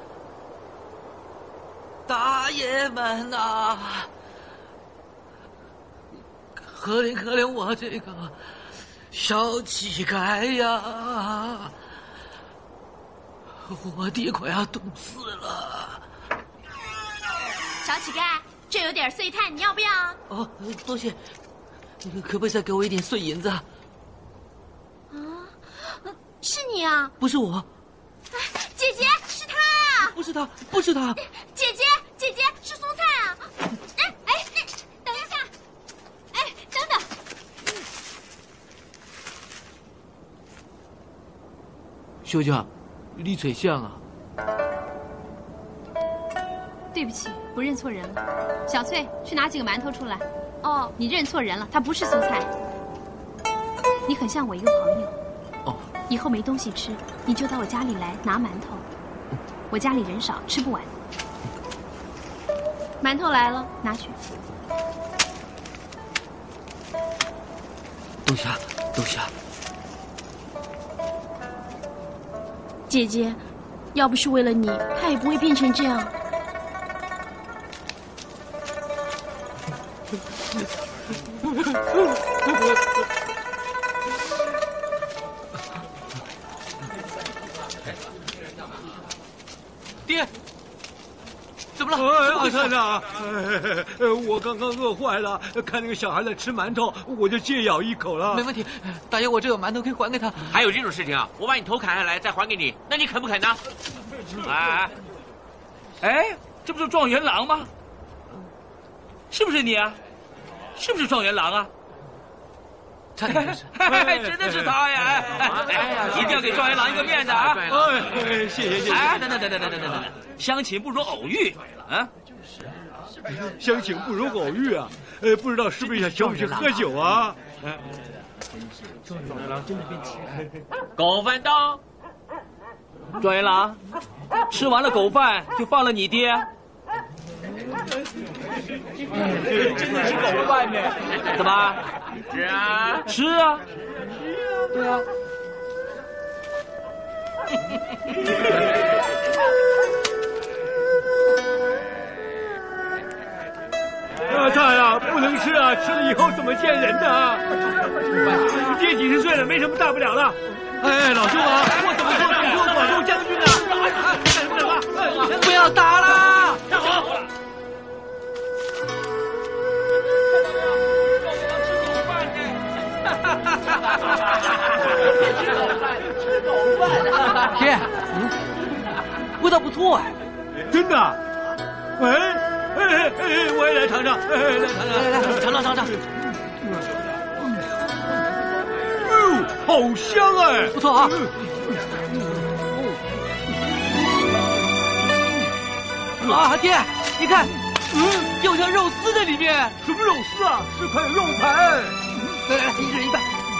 大爷们呐、啊，可怜可怜我这个小乞丐呀！我爹快要冻死了。 小乞丐，这有点碎炭，你要不要？ 哦，多谢。可不可以再给我一点碎银子？啊， 是你啊？ 不是我。 姐姐，是他啊！ 不是他，不是他。 姐姐，姐姐是蔬菜啊！哎哎，等一下，哎，等等。 秀娇，你嘴像啊。 对不起，不认错人了。小翠，去拿几个馒头出来。哦，你认错人了，他不是蔬菜。你很像我一个朋友。 哦。 以后没东西吃，你就到我家里来拿馒头。我家里人少，吃不完。馒头来了，拿去。 多谢，多谢。 姐姐，要不是为了你，他也不会变成这样。 爹，怎么了？ 哎，阿三呐，哎，我刚刚饿坏了，看那个小孩在吃馒头，我就借咬一口了。 没问题，大爷，我这有馒头可以还给他。 还有这种事情啊？我把你头砍下来再还给你，那你肯不肯呢？哎，哎，这不是状元郎吗？是不是你啊？是不是状元郎啊？ 差点就是， 真的是他呀！哎，一定要给状元郎一个面子啊！ 哎，谢谢谢谢。 哎，等等等等等等等等等，相请不如偶遇啊！ 相请不如偶遇啊！呃，不知道师妹想不想喝酒啊？ 状元郎真的变乞丐。 狗饭到。状元郎，吃完了狗饭就放了你爹。 真的是狗饭呢？ 怎么？ 吃啊！ 吃啊！对啊。 阿菜呀，不能吃啊！吃了以后怎么见人呢？爹几十岁了，没什么大不了的。哎，老兄啊，我怎么说你说广州将军呢？干什么？ 不要打了！ 站好！ 吃狗饭，爹，嗯，味道不错哎， 真的？哎哎哎，我也来尝尝，哎，来尝尝， 来来来，尝尝尝尝。 哎呦，好香哎！ 不错啊。啊，爹，你看，嗯，有条肉丝在里面。 什么肉丝啊？是块肉排。 来来来，一人一半。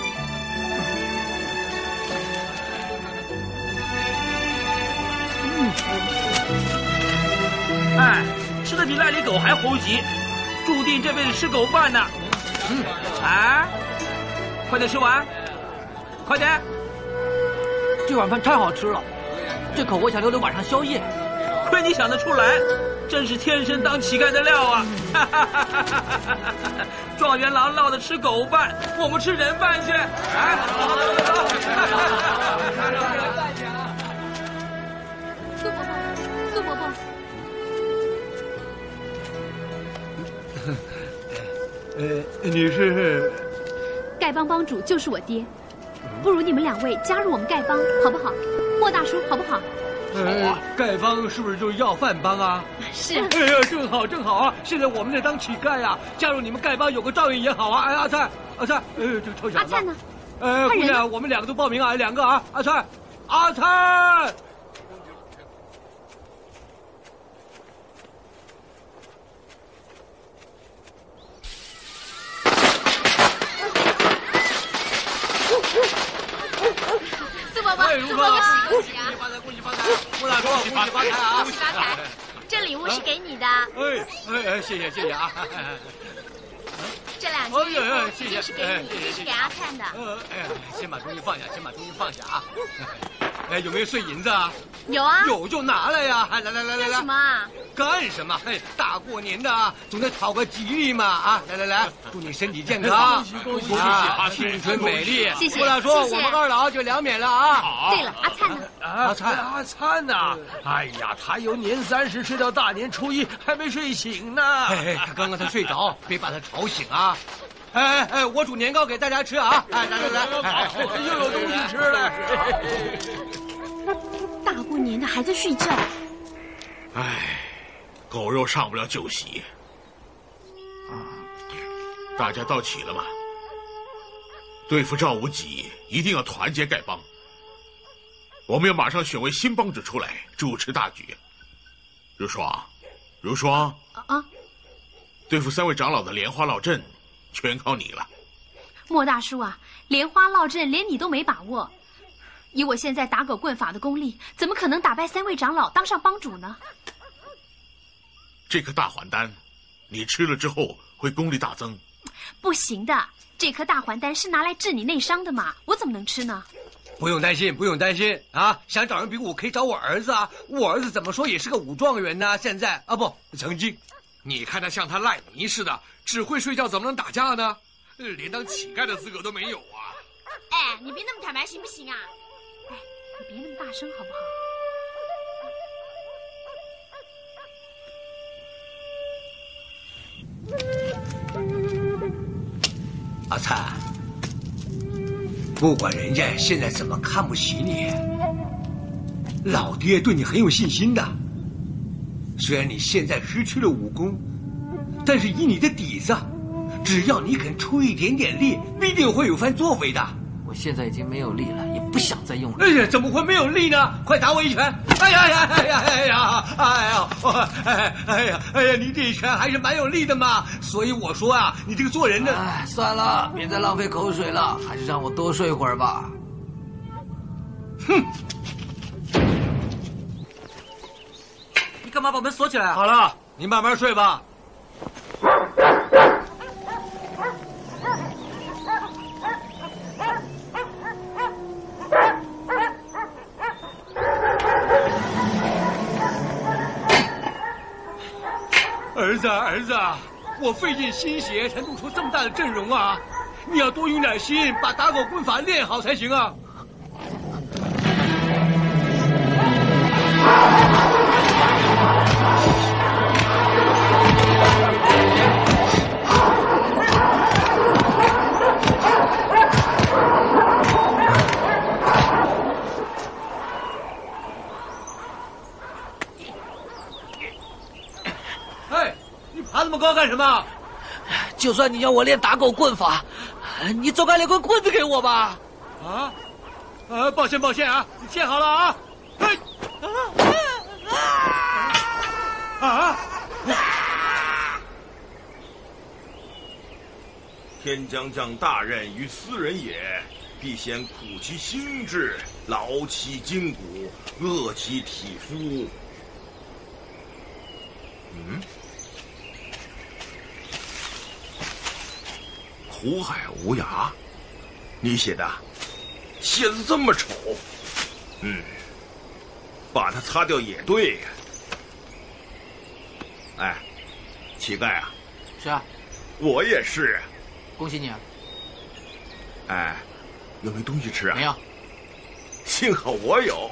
哎，吃的比赖里狗还猴急，注定这辈子吃狗饭呢。嗯，啊，快点吃完，快点！ 这碗饭太好吃了，这口我想留留晚上宵夜。 亏你想得出来，真是天生当乞丐的料啊！状元郎落得吃狗饭，我们吃人饭去。哎， 苏伯伯，苏伯伯。 呃，你是？ 丐帮帮主就是我爹，不如你们两位加入我们丐帮，好不好？莫大叔，好不好？ 呃，丐帮是不是就是要饭帮啊？ 是。 哎呀，正好正好啊！现在我们在当乞丐啊，加入你们丐帮有个照应也好啊！哎，阿菜，阿菜，哎，这个臭小子。 阿菜呢？ 呃，姑娘，我们两个都报名啊，两个啊，阿菜，阿菜。 苏伯伯，苏伯伯，恭喜啊！ 恭喜恭喜发财！莫大叔，恭喜发财啊！ 恭喜发财！这礼物是给你的。 哎哎哎，谢谢谢谢啊！ 这两件衣服这是给你，这是给阿灿的。 呃，哎呀，先把东西放下，先把东西放下啊！哎，有没有碎银子啊？ 有啊。 有就拿来呀！来来来来来。 干什么啊？ 干什么？哎，大过年的啊，总得讨个吉利嘛啊！来来来，祝你身体健康， 恭喜恭喜啊，青春美丽。 谢谢。 莫大叔，我们二老就两免了啊。 好。 对了，阿灿呢？ 阿灿，阿灿呐！哎呀，他由年三十睡到大年初一，还没睡醒呢。 哎，他刚刚才睡着，别把他吵醒啊！哎哎哎，我煮年糕给大家吃啊！哎，来来来， 又有东西吃了。 大过年的还在睡觉。 唉，狗肉上不了酒席。大家到齐了吗？对付赵无极，一定要团结丐帮。我们要马上选为新帮主出来主持大局。如霜，如霜啊！ 对付三位长老的莲花落阵，全靠你了。 莫大叔啊，莲花落阵连你都没把握，以我现在打狗棍法的功力，怎么可能打败三位长老当上帮主呢？ 这颗大还丹，你吃了之后会功力大增。 不行的，这颗大还丹是拿来治你内伤的嘛，我怎么能吃呢？ 不用担心，不用担心啊！想找人比武，可以找我儿子啊！我儿子怎么说也是个武状元呢，现在啊不，曾经。 你看他像他赖泥似的，只会睡觉，怎么能打架呢？连当乞丐的资格都没有啊！ 哎，你别那么坦白行不行啊？哎，你别那么大声好不好？ 阿灿，不管人家现在怎么看不起你，老爹对你很有信心的。虽然你现在失去了武功，但是以你的底子，只要你肯出一点点力，必定会有番作为的。 我现在已经没有力了，也不想再用了。 哎呀，怎么会没有力呢？快打我一拳！哎呀呀哎呀哎呀哎呀！哎哎呀哎呀！你这一拳还是蛮有力的嘛。所以我说啊，你这个做人的…… 哎，算了，别再浪费口水了，还是让我多睡会儿吧。 哼！ 你干嘛把门锁起来啊？ 好了，你慢慢睡吧。儿子，儿子，我费尽心血才弄出这么大的阵容啊！你要多用点心，把打狗棍法练好才行啊！爬那么高干什么？ 就算你要我练打狗棍法，你总该练根棍子给我吧？ 啊？啊，抱歉抱歉啊，你见好了啊！哎，啊！啊！ 天将降大任于斯人也，必先苦其心志，劳其筋骨，饿其体肤。嗯。苦海无涯，你写的，写的这么丑，嗯，把它擦掉也对呀。哎，乞丐啊， 是啊， 我也是啊， 恭喜你啊。 哎，有没有东西吃啊？ 没有， 幸好我有。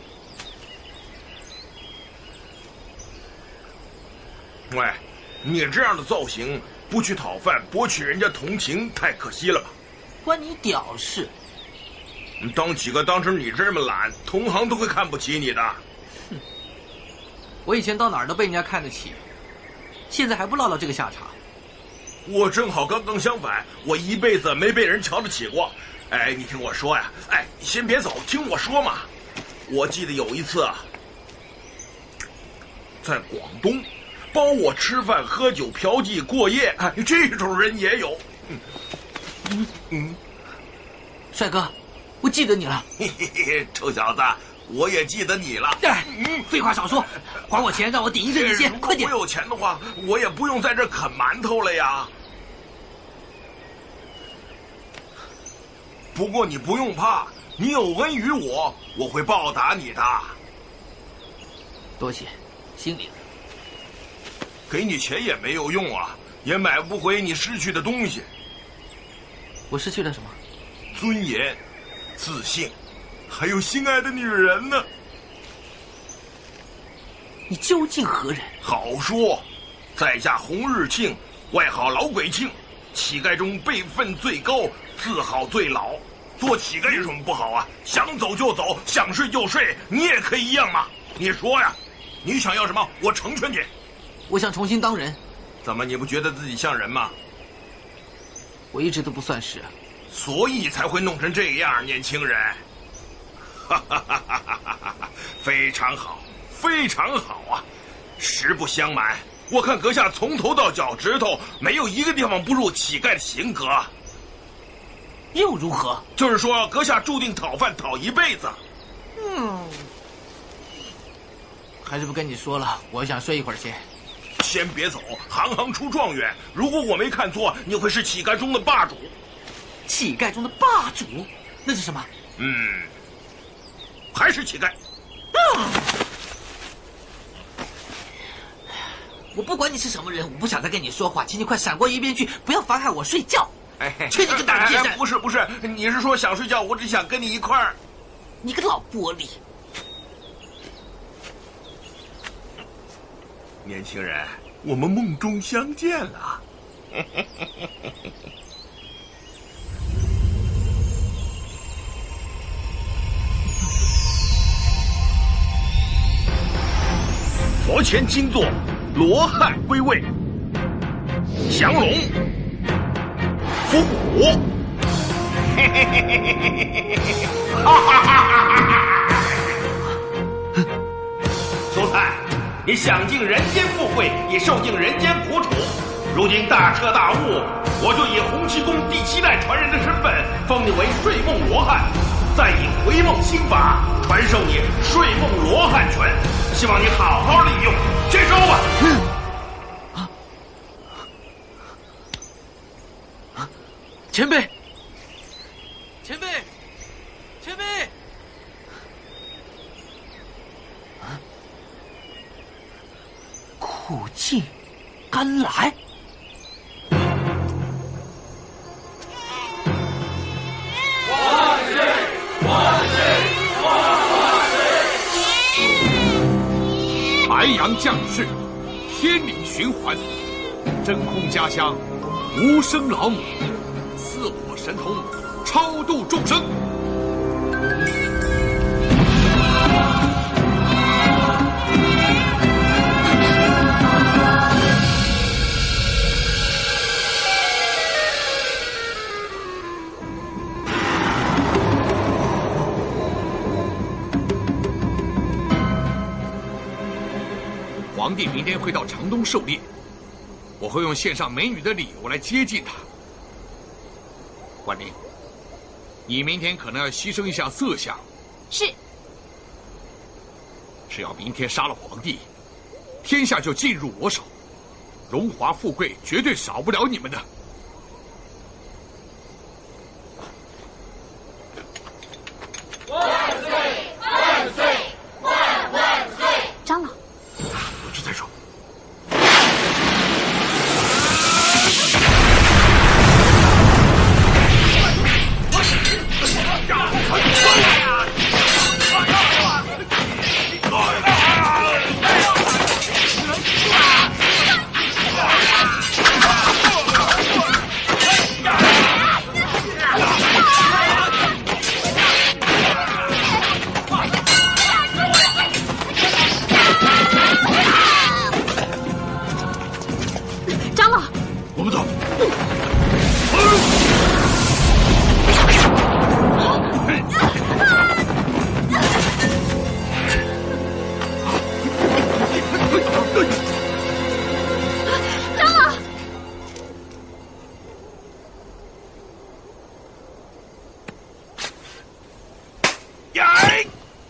喂，你这样的造型。不去讨饭，博取人家同情，太可惜了吧？ 关你屌事！ 当乞丐当成你这么懒，同行都会看不起你的。 哼！我以前到哪儿都被人家看得起，现在还不落到这个下场。 我正好刚刚相反，我一辈子没被人瞧得起过。哎，你听我说呀，哎，先别走，听我说嘛。我记得有一次啊，在广东。包我吃饭、喝酒、嫖妓、过夜，哎，这种人也有。嗯嗯嗯，帅哥，我记得你了。 嘿嘿嘿，臭小子，我也记得你了。 哎，嗯，废话少说，还我钱，让我顶一阵你先，快点。 我有钱的话，我也不用在这啃馒头了呀。不过你不用怕，你有恩于我，我会报答你的。 多谢，心里了。 给你钱也没有用啊，也买不回你失去的东西。 我失去了什么？ 尊严、自信，还有心爱的女人呢。 你究竟何人？ 好说，在下洪日庆，外号老鬼庆，乞丐中辈分最高，字号最老。做乞丐有什么不好啊？想走就走，想睡就睡，你也可以一样嘛。你说呀，你想要什么？我成全你。 我想重新当人。 怎么，你不觉得自己像人吗？ 我一直都不算是， 所以才会弄成这样，年轻人。哈哈哈哈哈哈！非常好，非常好啊！实不相瞒，我看阁下从头到脚趾头没有一个地方不入乞丐的型格。 又如何？ 就是说，阁下注定讨饭讨一辈子。 嗯，还是不跟你说了，我想睡一会儿先。 先别走，行行出状元。如果我没看错，你会是乞丐中的霸主。 乞丐中的霸主？那是什么？ 嗯，还是乞丐。 啊！我不管你是什么人，我不想再跟你说话，请你快闪过一边去，不要妨害我睡觉。 哎， 去你个大街上！ 不是不是，你是说想睡觉，我只想跟你一块儿。 你个老玻璃！ 年轻人，我们梦中相见了。佛前金座，罗汉归位，降龙伏虎。 苏灿，你享尽人间富贵，也受尽人间苦楚。如今大彻大悟，我就以洪七公第七代传人的身份，封你为睡梦罗汉，再以回梦心法传授你睡梦罗汉拳，希望你好好利用，接收吧。 嗯前辈，前辈，前辈！ 啊！苦尽甘来。 万岁！万岁！万岁！ 白羊降世，天理循环，真空家乡，无声老母。四火神通，超度众生。皇帝明天会到长东狩猎，我会用献上美女的理由来接近他。婉玲，你明天可能要牺牲一下色相。 是。 只要明天杀了皇帝，天下就进入我手，荣华富贵绝对少不了你们的。 万岁！万岁！万万岁！ 长老， 有事再说。 长老， 我们走。 长老， 呀！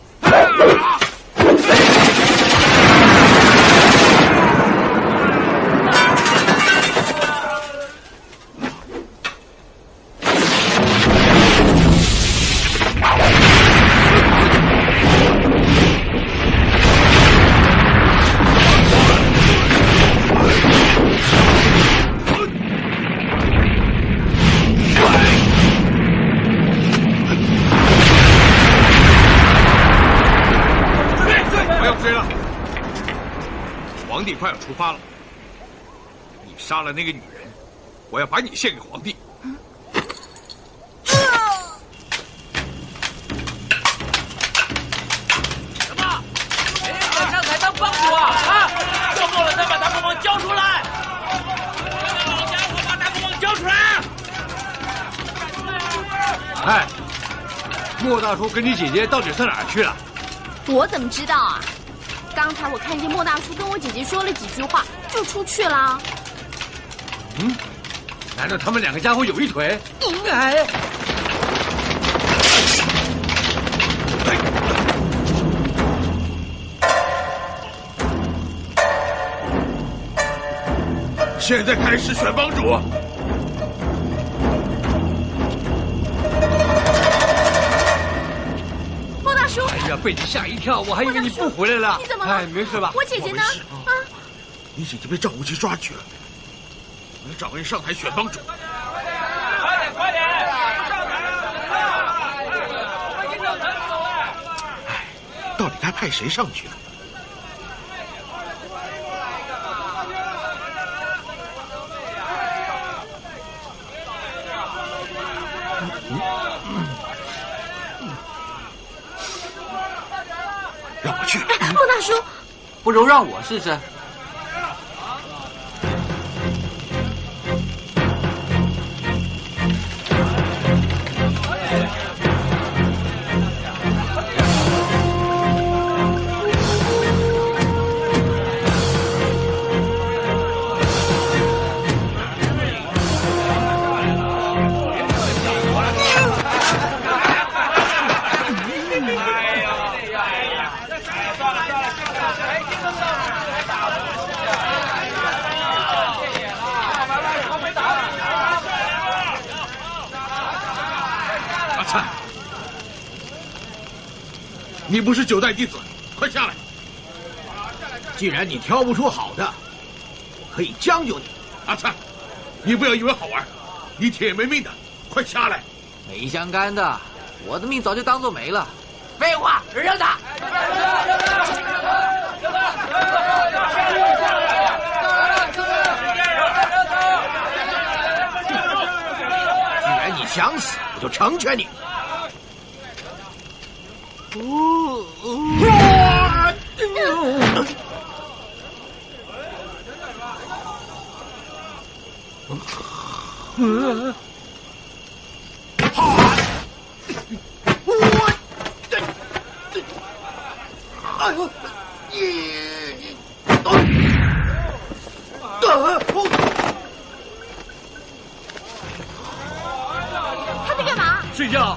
皇帝快要出发了，你杀了那个女人，我要把你献给皇帝。 什么？谁敢上台当帮主啊？啊！做够了再把大魔王交出来！老家伙，把大魔王交出来！ 哎，莫大叔跟你姐姐到底上哪儿去了？ 我怎么知道啊？刚才我看见莫大叔跟我姐姐说了几句话，就出去了。 嗯，难道他们两个家伙有一腿？哎， 现在开始选帮主。 莫大叔， 哎呀，被你吓一跳，我还以为你不回来了。 你怎么了？ 哎，没事吧？ 我姐姐呢？啊， 你姐姐被赵无极抓去了，我要找人上台选帮主。 快点，快点！上台了！快点， 哎，到底该派谁上去呢？让我去。 莫大叔， 不如让我试试。 灿，你不是九代弟子，快下来！ 既然你挑不出好的，可以将就你。 阿灿，你不要以为好玩，你铁没命的，快下来！ 没相干的，我的命早就当做没了。废话，让他。 既然你想死，我就成全你。 哦嗯。哎呦！ 他在干嘛？ 睡觉。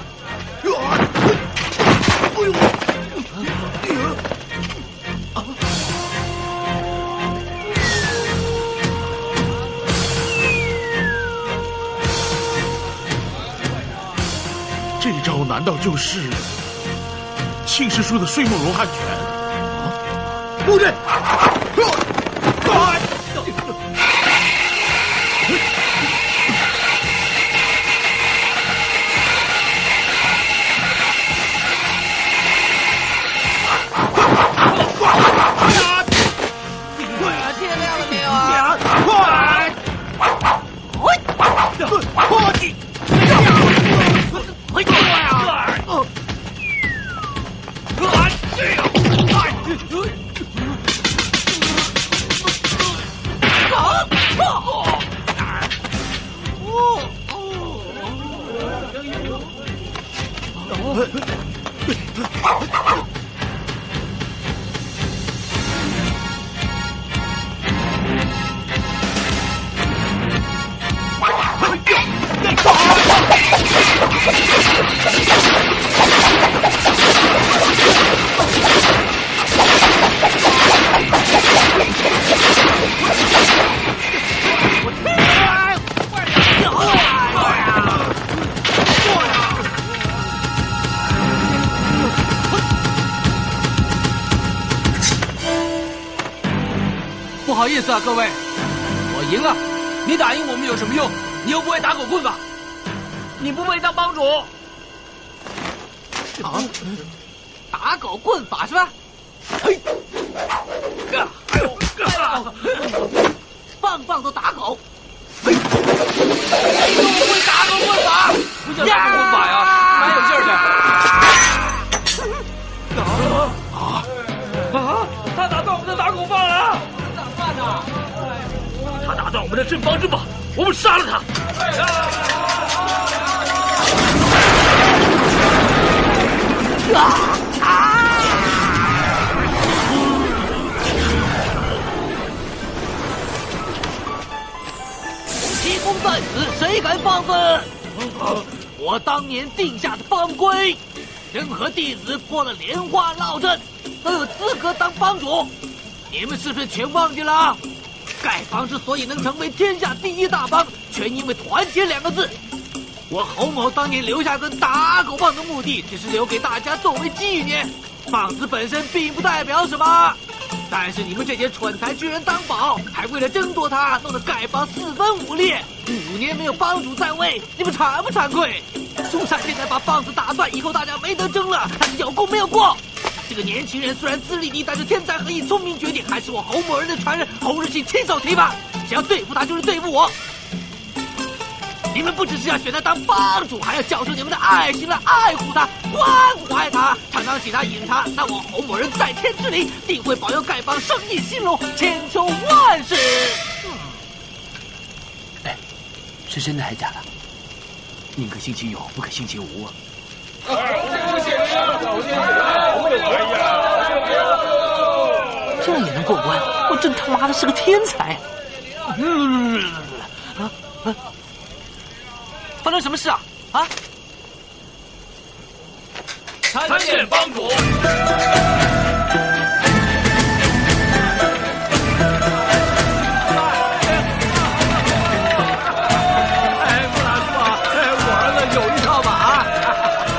这招难道就是庆师叔的睡梦罗汉拳？ 不对！ 天亮了没有啊？回过来啊！不好意思啊，各位，我赢了。你打赢我们有什么用？你又不会打狗棍吧？ 你不配当帮主。 啊！打狗棍法是吧？嘿！哎呦！棒棒都打狗。嘿！不会打狗棍法？ 不叫打狗棍法呀，蛮有劲儿的。 啊啊！他打断我们的打狗棒了！ 咋办呢？ 他打断我们的镇邦之宝，我们杀了他！ 啊啊！提公在此，谁敢放肆？我当年定下的帮规，任何弟子过了莲花绕阵，都有资格当帮主。你们是不是全忘记了？丐帮之所以能成为天下第一大帮，全因为团结两个字。我侯某当年留下根打狗棒的目的，只是留给大家作为纪念。棒子本身并不代表什么，但是你们这些蠢材居然当宝，还为了争夺它，弄得丐帮四分五裂。五年没有帮主在位，你们惭不惭愧？朱砂现在把棒子打断以后，大家没得争了，他是有功没有过。这个年轻人虽然资历低，但是天才横溢，聪明绝顶，还是我侯某人的传人侯日庆亲手提拔。想要对付他，就是对付我。你们不只是要选他当帮主，还要教授你们的爱心来爱护他、关怀他，常常请他饮茶。那我侯某人在天之灵，定会保佑丐帮生意兴隆，千秋万世。嗯， 哎，是真的还是假的？宁可信其有，不可信其无啊！这样也能过关，我真他妈的是个天才！啊啊！发生什么事啊？啊！ 参见帮主。 哎，穆大叔啊，哎，我儿子有一套马。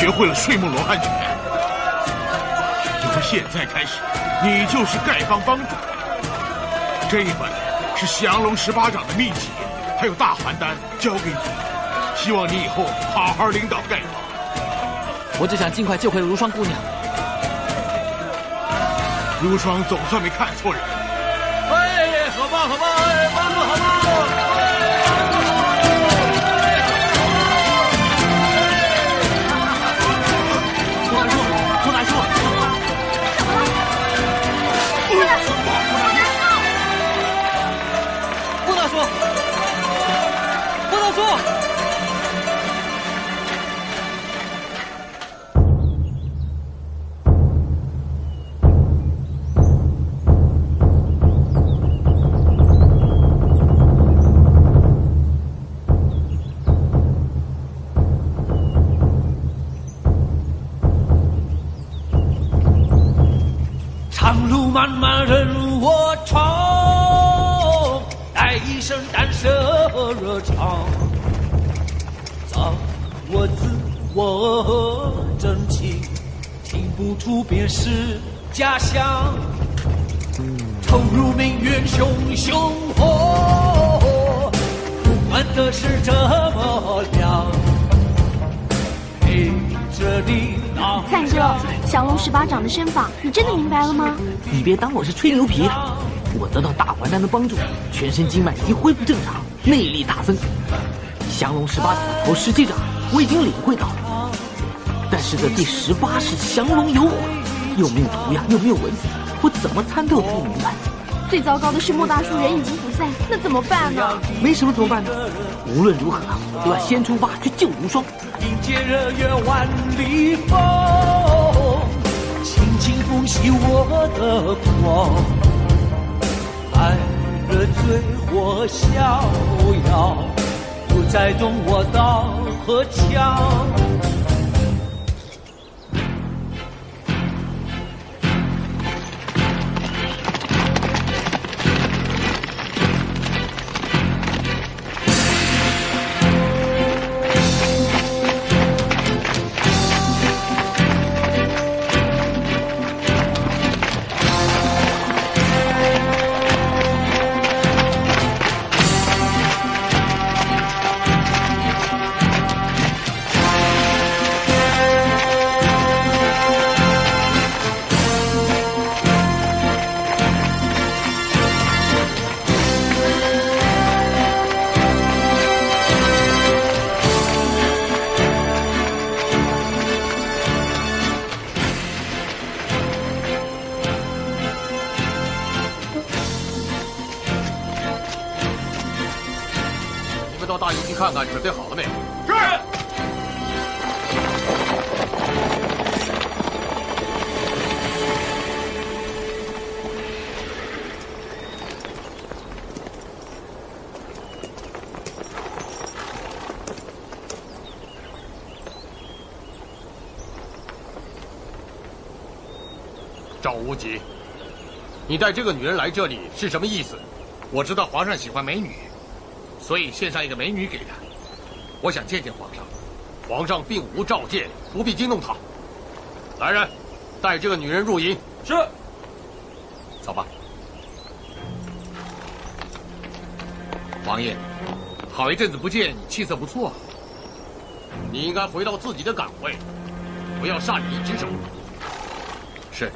学会了睡梦罗汉拳。从现在开始，你就是丐帮帮主。这一本是降龙十八掌的秘籍，还有大还丹，交给你。希望你以后好好领导丐帮。 我只想尽快救回如霜姑娘。 如霜总算没看错人。 哎，好棒，好棒，哎，帮助好棒！ 漫漫任我闯，带一身胆色热肠，掌握自我真情，听不出便是家乡。投入命运熊熊火，不管的是这么亮，陪着你浪。 灿哥，降龙十八掌的身法，你真的明白了吗？ 你别当我是吹牛皮，我得到大还丹的帮助，全身经脉已恢复正常，内力大增。降龙十八掌头十七掌我已经领会到了，但是这第十八式降龙有悔，又没有图样，又没有文字，我怎么参透不明白？ 最糟糕的是莫大叔人已经不在，那怎么办呢？ 没什么怎么办呢？无论如何，我都要先出发去救无双。 迎接日月万里风，轻轻风袭我的狂，爱人醉火逍遥，不再动我刀和枪。 看看准备好了没有？ 是。 赵无极，你带这个女人来这里是什么意思？我知道皇上喜欢美女。所以献上一个美女给他，我想见见皇上。皇上并无召见，不必惊动他。来人，带这个女人入营。 是。 走吧。王爷，好一阵子不见，你气色不错。你应该回到自己的岗位，不要擅离职守。是。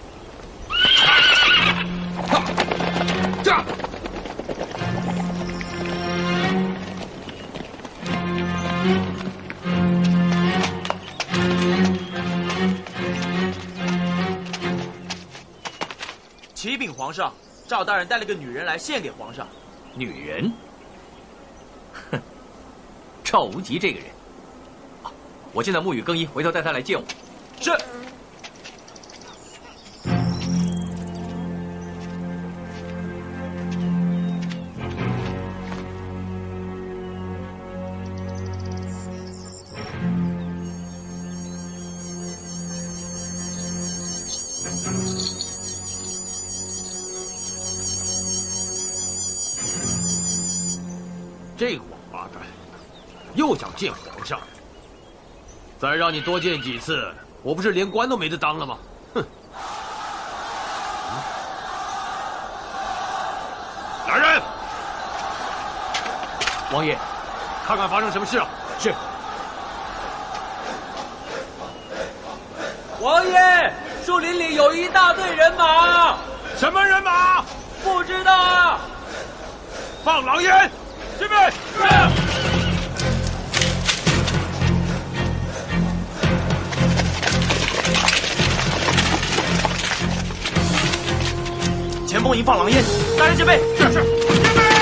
这。 启禀皇上，赵大人带了个女人来献给皇上。 女人？哼，赵无极这个人，啊，我现在沐浴更衣，回头带他来见我。 是。 这王八蛋，又想见皇上。 再让你多见几次，我不是连官都没得当了吗？哼！ 来人！ 王爷，看看发生什么事了。是。 王爷，树林里有一大队人马。 什么人马？ 不知道。 放狼烟！这边。 前锋营放狼烟，大人戒备。 是是。戒备。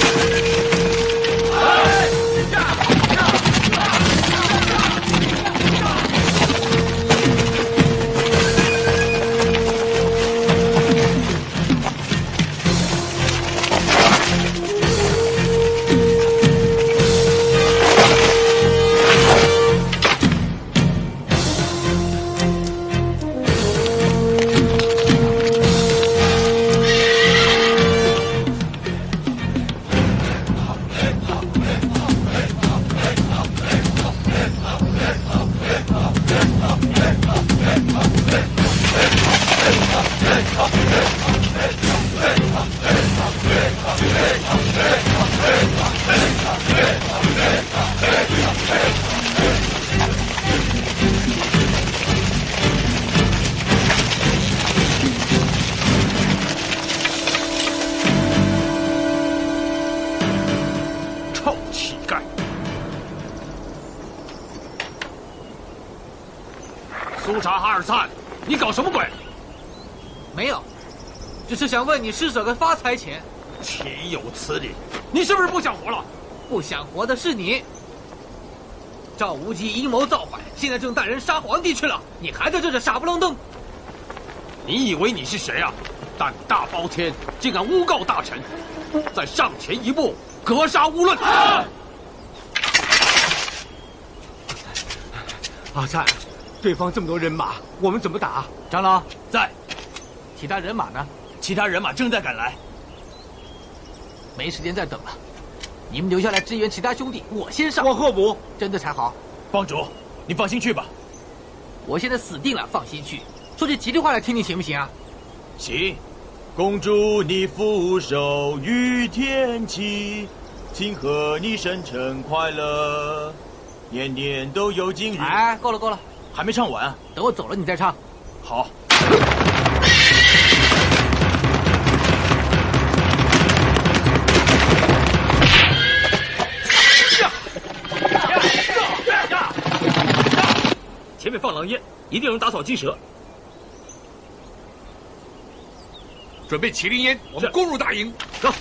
苏察哈尔灿，你搞什么鬼？ 没有，只是想问你施舍个发财钱。 岂有此理！你是不是不想活了？ 不想活的是你。赵无极阴谋造反，现在正带人杀皇帝去了，你还在这里傻不愣登。 你以为你是谁啊？胆大包天，竟敢诬告大臣！再上前一步，格杀勿论！啊！ 阿灿，对方这么多人马，我们怎么打？ 长老在， 其他人马呢？ 其他人马正在赶来， 没时间再等了。你们留下来支援其他兄弟，我先上。 往后补， 真的才好。 帮主，你放心去吧。 我现在死定了，放心去。说句吉利话来听听行不行啊？ 行。公主你俯首于天齐，庆贺你生辰快乐，年年都有今日。 哎，够了够了， 还没唱完啊？ 等我走了你再唱。 好。 前面放狼烟，一定能打扫鸡舍。 准备麒麟烟，我们攻入大营。 走。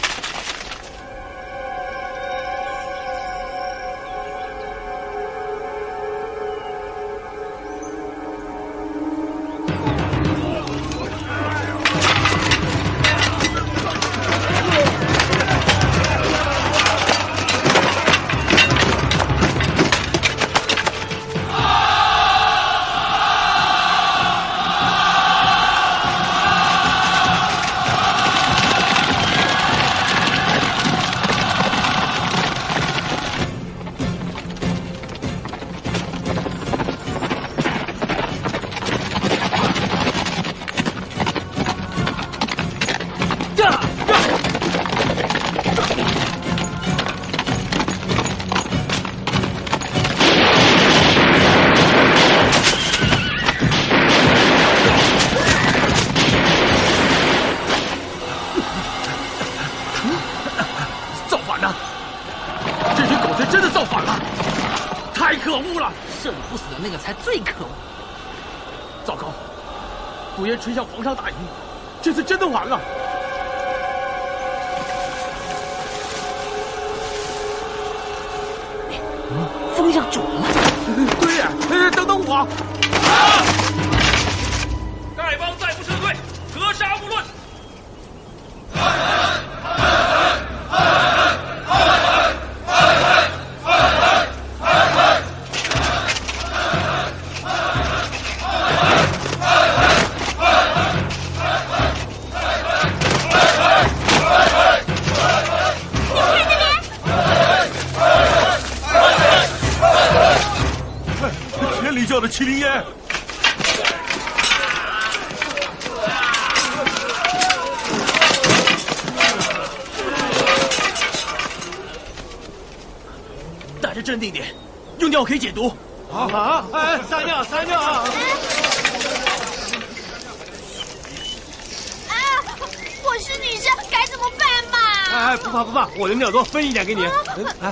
毒烟吹向皇上大营，这次真的完了。 风要转了。 对呀，等等我。 啊！丐帮再不撤退，格杀勿论。 要的麒麟烟。 大家镇定点，用尿可以解毒。 好，好，哎，撒尿，撒尿啊！ 啊，我是女生，该怎么办嘛？ 哎，不怕不怕，我的尿多，分一点给你。哎。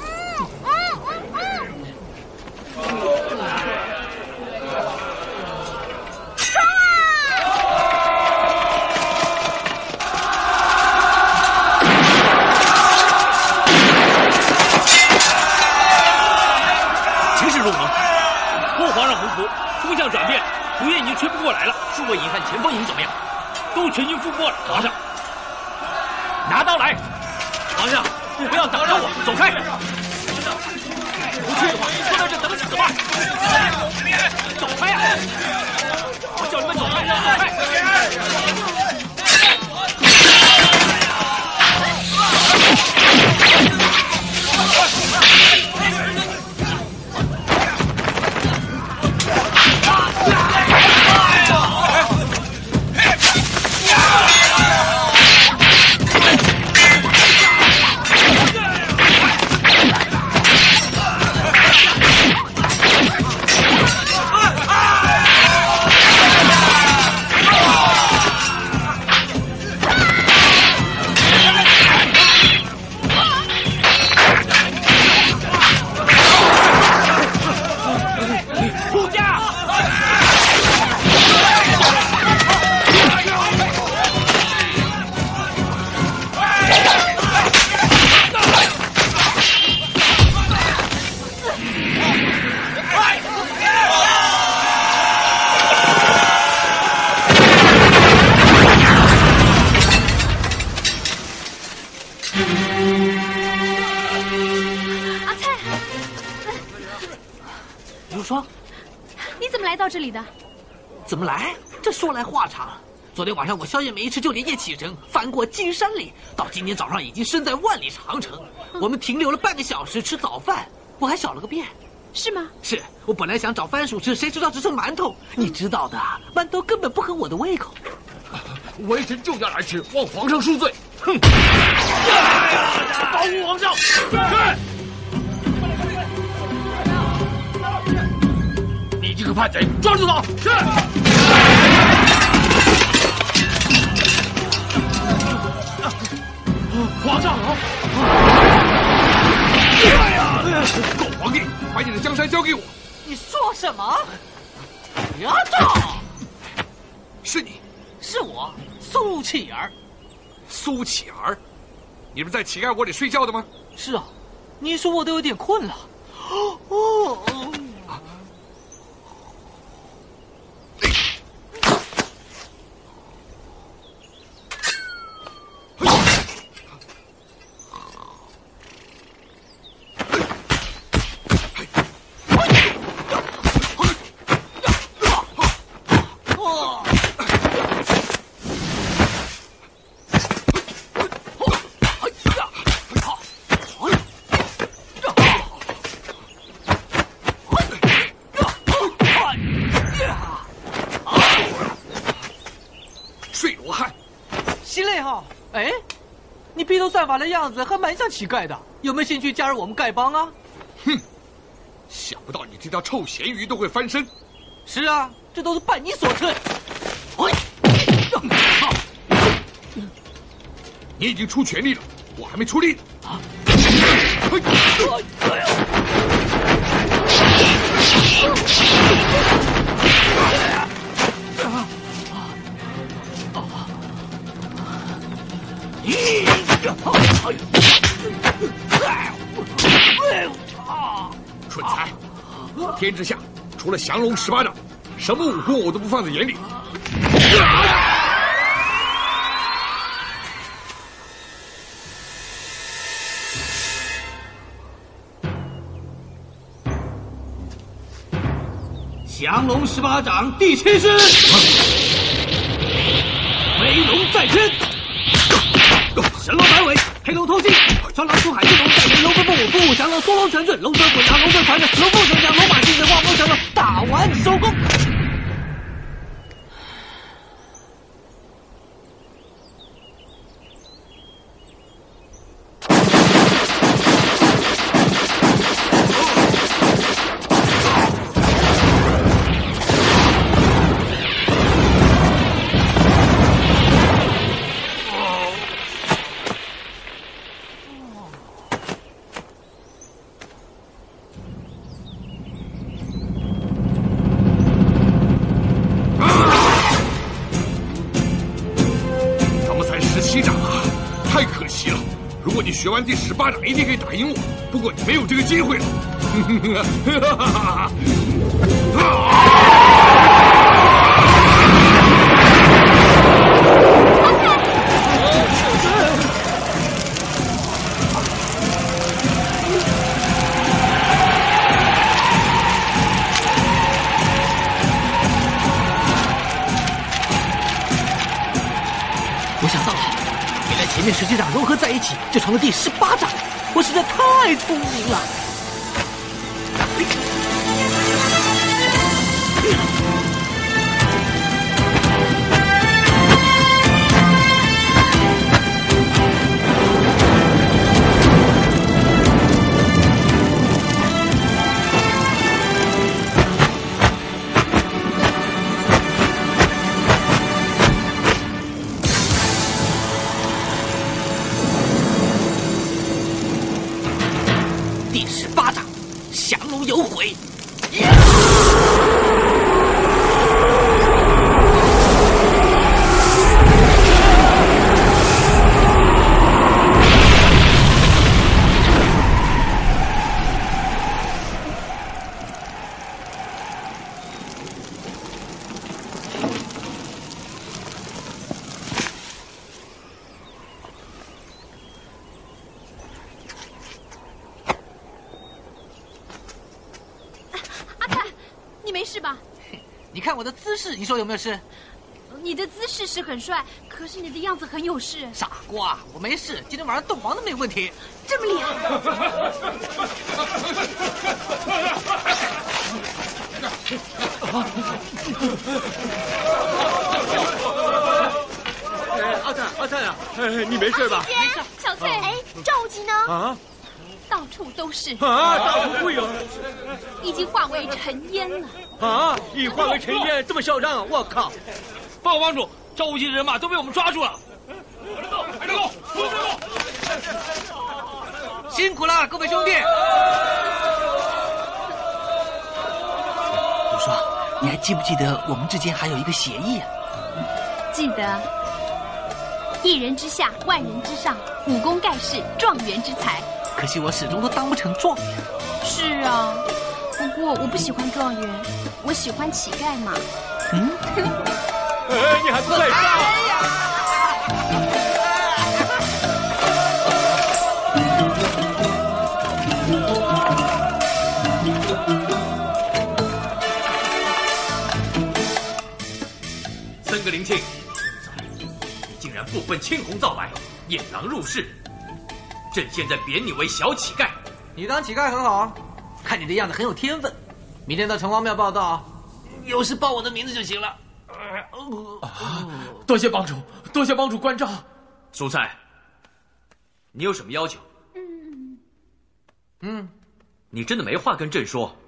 风向转变，毒液已经吹不过来了。数位营和前锋营怎么样？都全军覆没了。皇上，拿刀来！皇上，不要挡着我，走开！不去的话，坐在这等死吧！走开呀！我叫你们走开！走开！ 这里的？ 怎么来？这说来话长。昨天晚上我宵夜没吃，就连夜启程，翻过金山岭，到今天早上已经身在万里长城。我们停留了半个小时吃早饭，我还小了个便。 是吗？ 是我本来想找番薯吃，谁知道只剩馒头。你知道的，馒头根本不合我的胃口。 微臣就要来吃，望皇上恕罪。哼！保护皇上！是。你这个叛贼，抓住他！是。皇上好。哎呀！狗皇帝，把你的江山交给我。 你说什么？丫头， 是你。 是我，苏乞儿。 苏乞儿，你不是在乞丐窝里睡觉的吗？ 是啊，你说我都有点困了。哦。啊披头散发的样子还蛮像乞丐的，有没有兴趣加入我们丐帮啊？ 哼，想不到你这条臭咸鱼都会翻身。 是啊，这都是拜你所赐。 你已经出全力了，我还没出力呢。啊！蠢材！天之下，除了降龙十八掌，什么武功我都不放在眼里。 降龙十八掌第七式，飞龙在天。神龙摆尾，黑龙透气，双狼出海，金龙带领龙飞凤舞，步降龙缩龙成阵，龙蛇滚扬，龙飞传人，龙凤呈祥，龙马精神，望风降龙，打完收工。 学完第十八掌一定可以打赢我，不过你没有这个机会了。 我想到了。原来前面十七掌融合在一起，就成了第十八掌。我实在太聪明了。 有悔。你看我的姿势，你说有没有事？ 你的姿势是很帅，可是你的样子很有事。 傻瓜，我没事，今天晚上斗王都没问题。 这么厉害！ 哎，阿灿，阿灿啊，哎，你没事吧？ 没事。小翠，哎，赵无极呢？ 啊？ 到处都是啊！到处都有， 已经化为尘烟了。 啊！已化为尘烟，这么嚣张！我靠！ 报告帮主，赵无极的人马都被我们抓住了。快点走，快点走，速速！ 辛苦了，各位兄弟。无双，你还记不记得我们之间还有一个协议啊？ 记得。一人之下，万人之上，武功盖世，状元之才。 可惜我始终都当不成状元。 是啊，不过我不喜欢状元，我喜欢乞丐嘛。 嗯，哎，你还不快上！ 三个灵庆，你竟然不分青红皂白，引狼入室！朕现在贬你为小乞丐。 你当乞丐很好，看你的样子很有天分。明天到城隍庙报道，有事报我的名字就行了。 啊、多谢帮主，多谢帮主关照。蔬菜，你有什么要求？ 嗯嗯， 你真的没话跟朕说？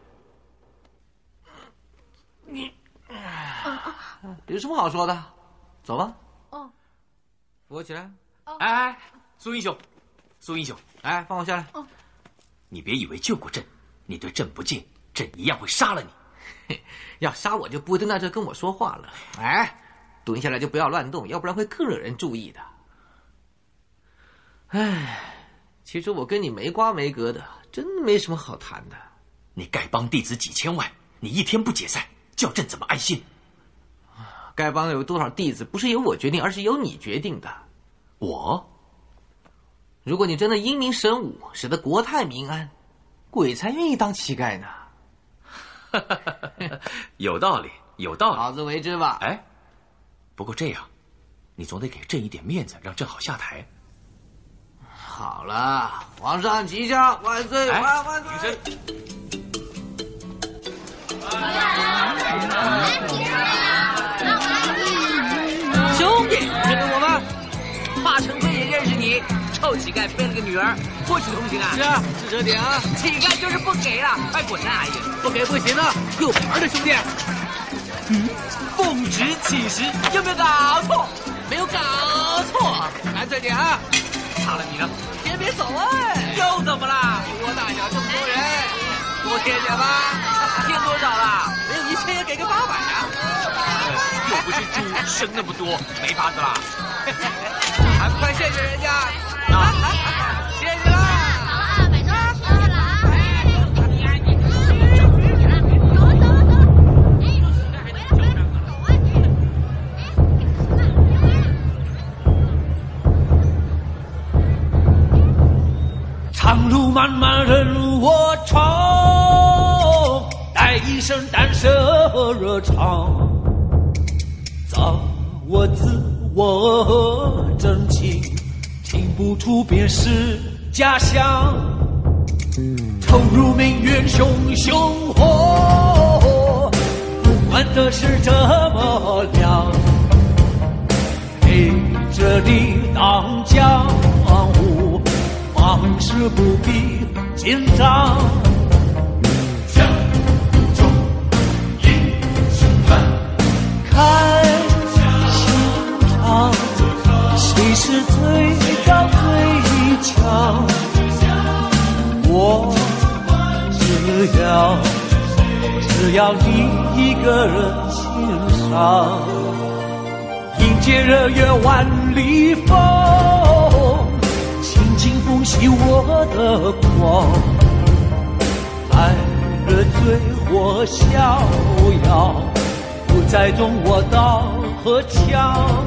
你有什么好说的？走吧。 哦， 扶我起来。 哦、 哎哎，苏英雄。苏英雄， 哎，放我下来！ 哦， 你别以为救过朕，你对朕不敬，朕一样会杀了你。 要杀我就不会蹲在这跟我说话了。哎，蹲下来就不要乱动，要不然会更惹人注意的。哎，其实我跟你没瓜没葛的，真没什么好谈的。 你丐帮弟子几千万，你一天不解散，叫朕怎么安心？ 丐帮有多少弟子，不是由我决定，而是由你决定的。 我？ 如果你真的英明神武，使得国泰民安，鬼才愿意当乞丐呢。 有道理，有道理。 好自为之吧。 哎，不过这样，你总得给朕一点面子，让朕好下台。 好了，皇上吉祥，万岁！万万岁！ 起身。 丐背了个女儿，过去同行啊？是啊，是这点啊。乞丐就是不给了，快滚啊！不给不行了，有牌的兄弟。嗯，奉旨乞食，有没有搞错？没有搞错，干脆点啊！差了你了，先别走哎！又怎么啦？一窝大小这么多人，多添点吧。添多少了？没有一千也给个八百啊！又不是猪，生那么多，没法子啦。还不快谢谢人家！啊，谢谢啦！好了，百多，谢谢啦！ 长路漫漫任我闯，带一身胆色热肠，造我自我真情，听不出便是家乡。投入命运熊熊火，不管的是这么亮，陪着你当江湖，往事不必紧张。江湖中英雄传，看心肠，谁是最高最强？我只要只要你一个人欣赏，迎接日月万里风，轻轻风袭我的光，爱人醉我逍遥，不再动我刀和枪。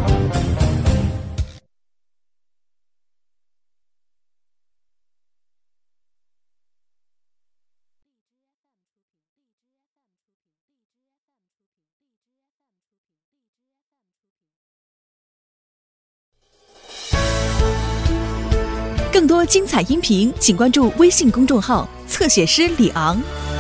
更多精彩音频，请关注微信公众号“侧写师李昂”。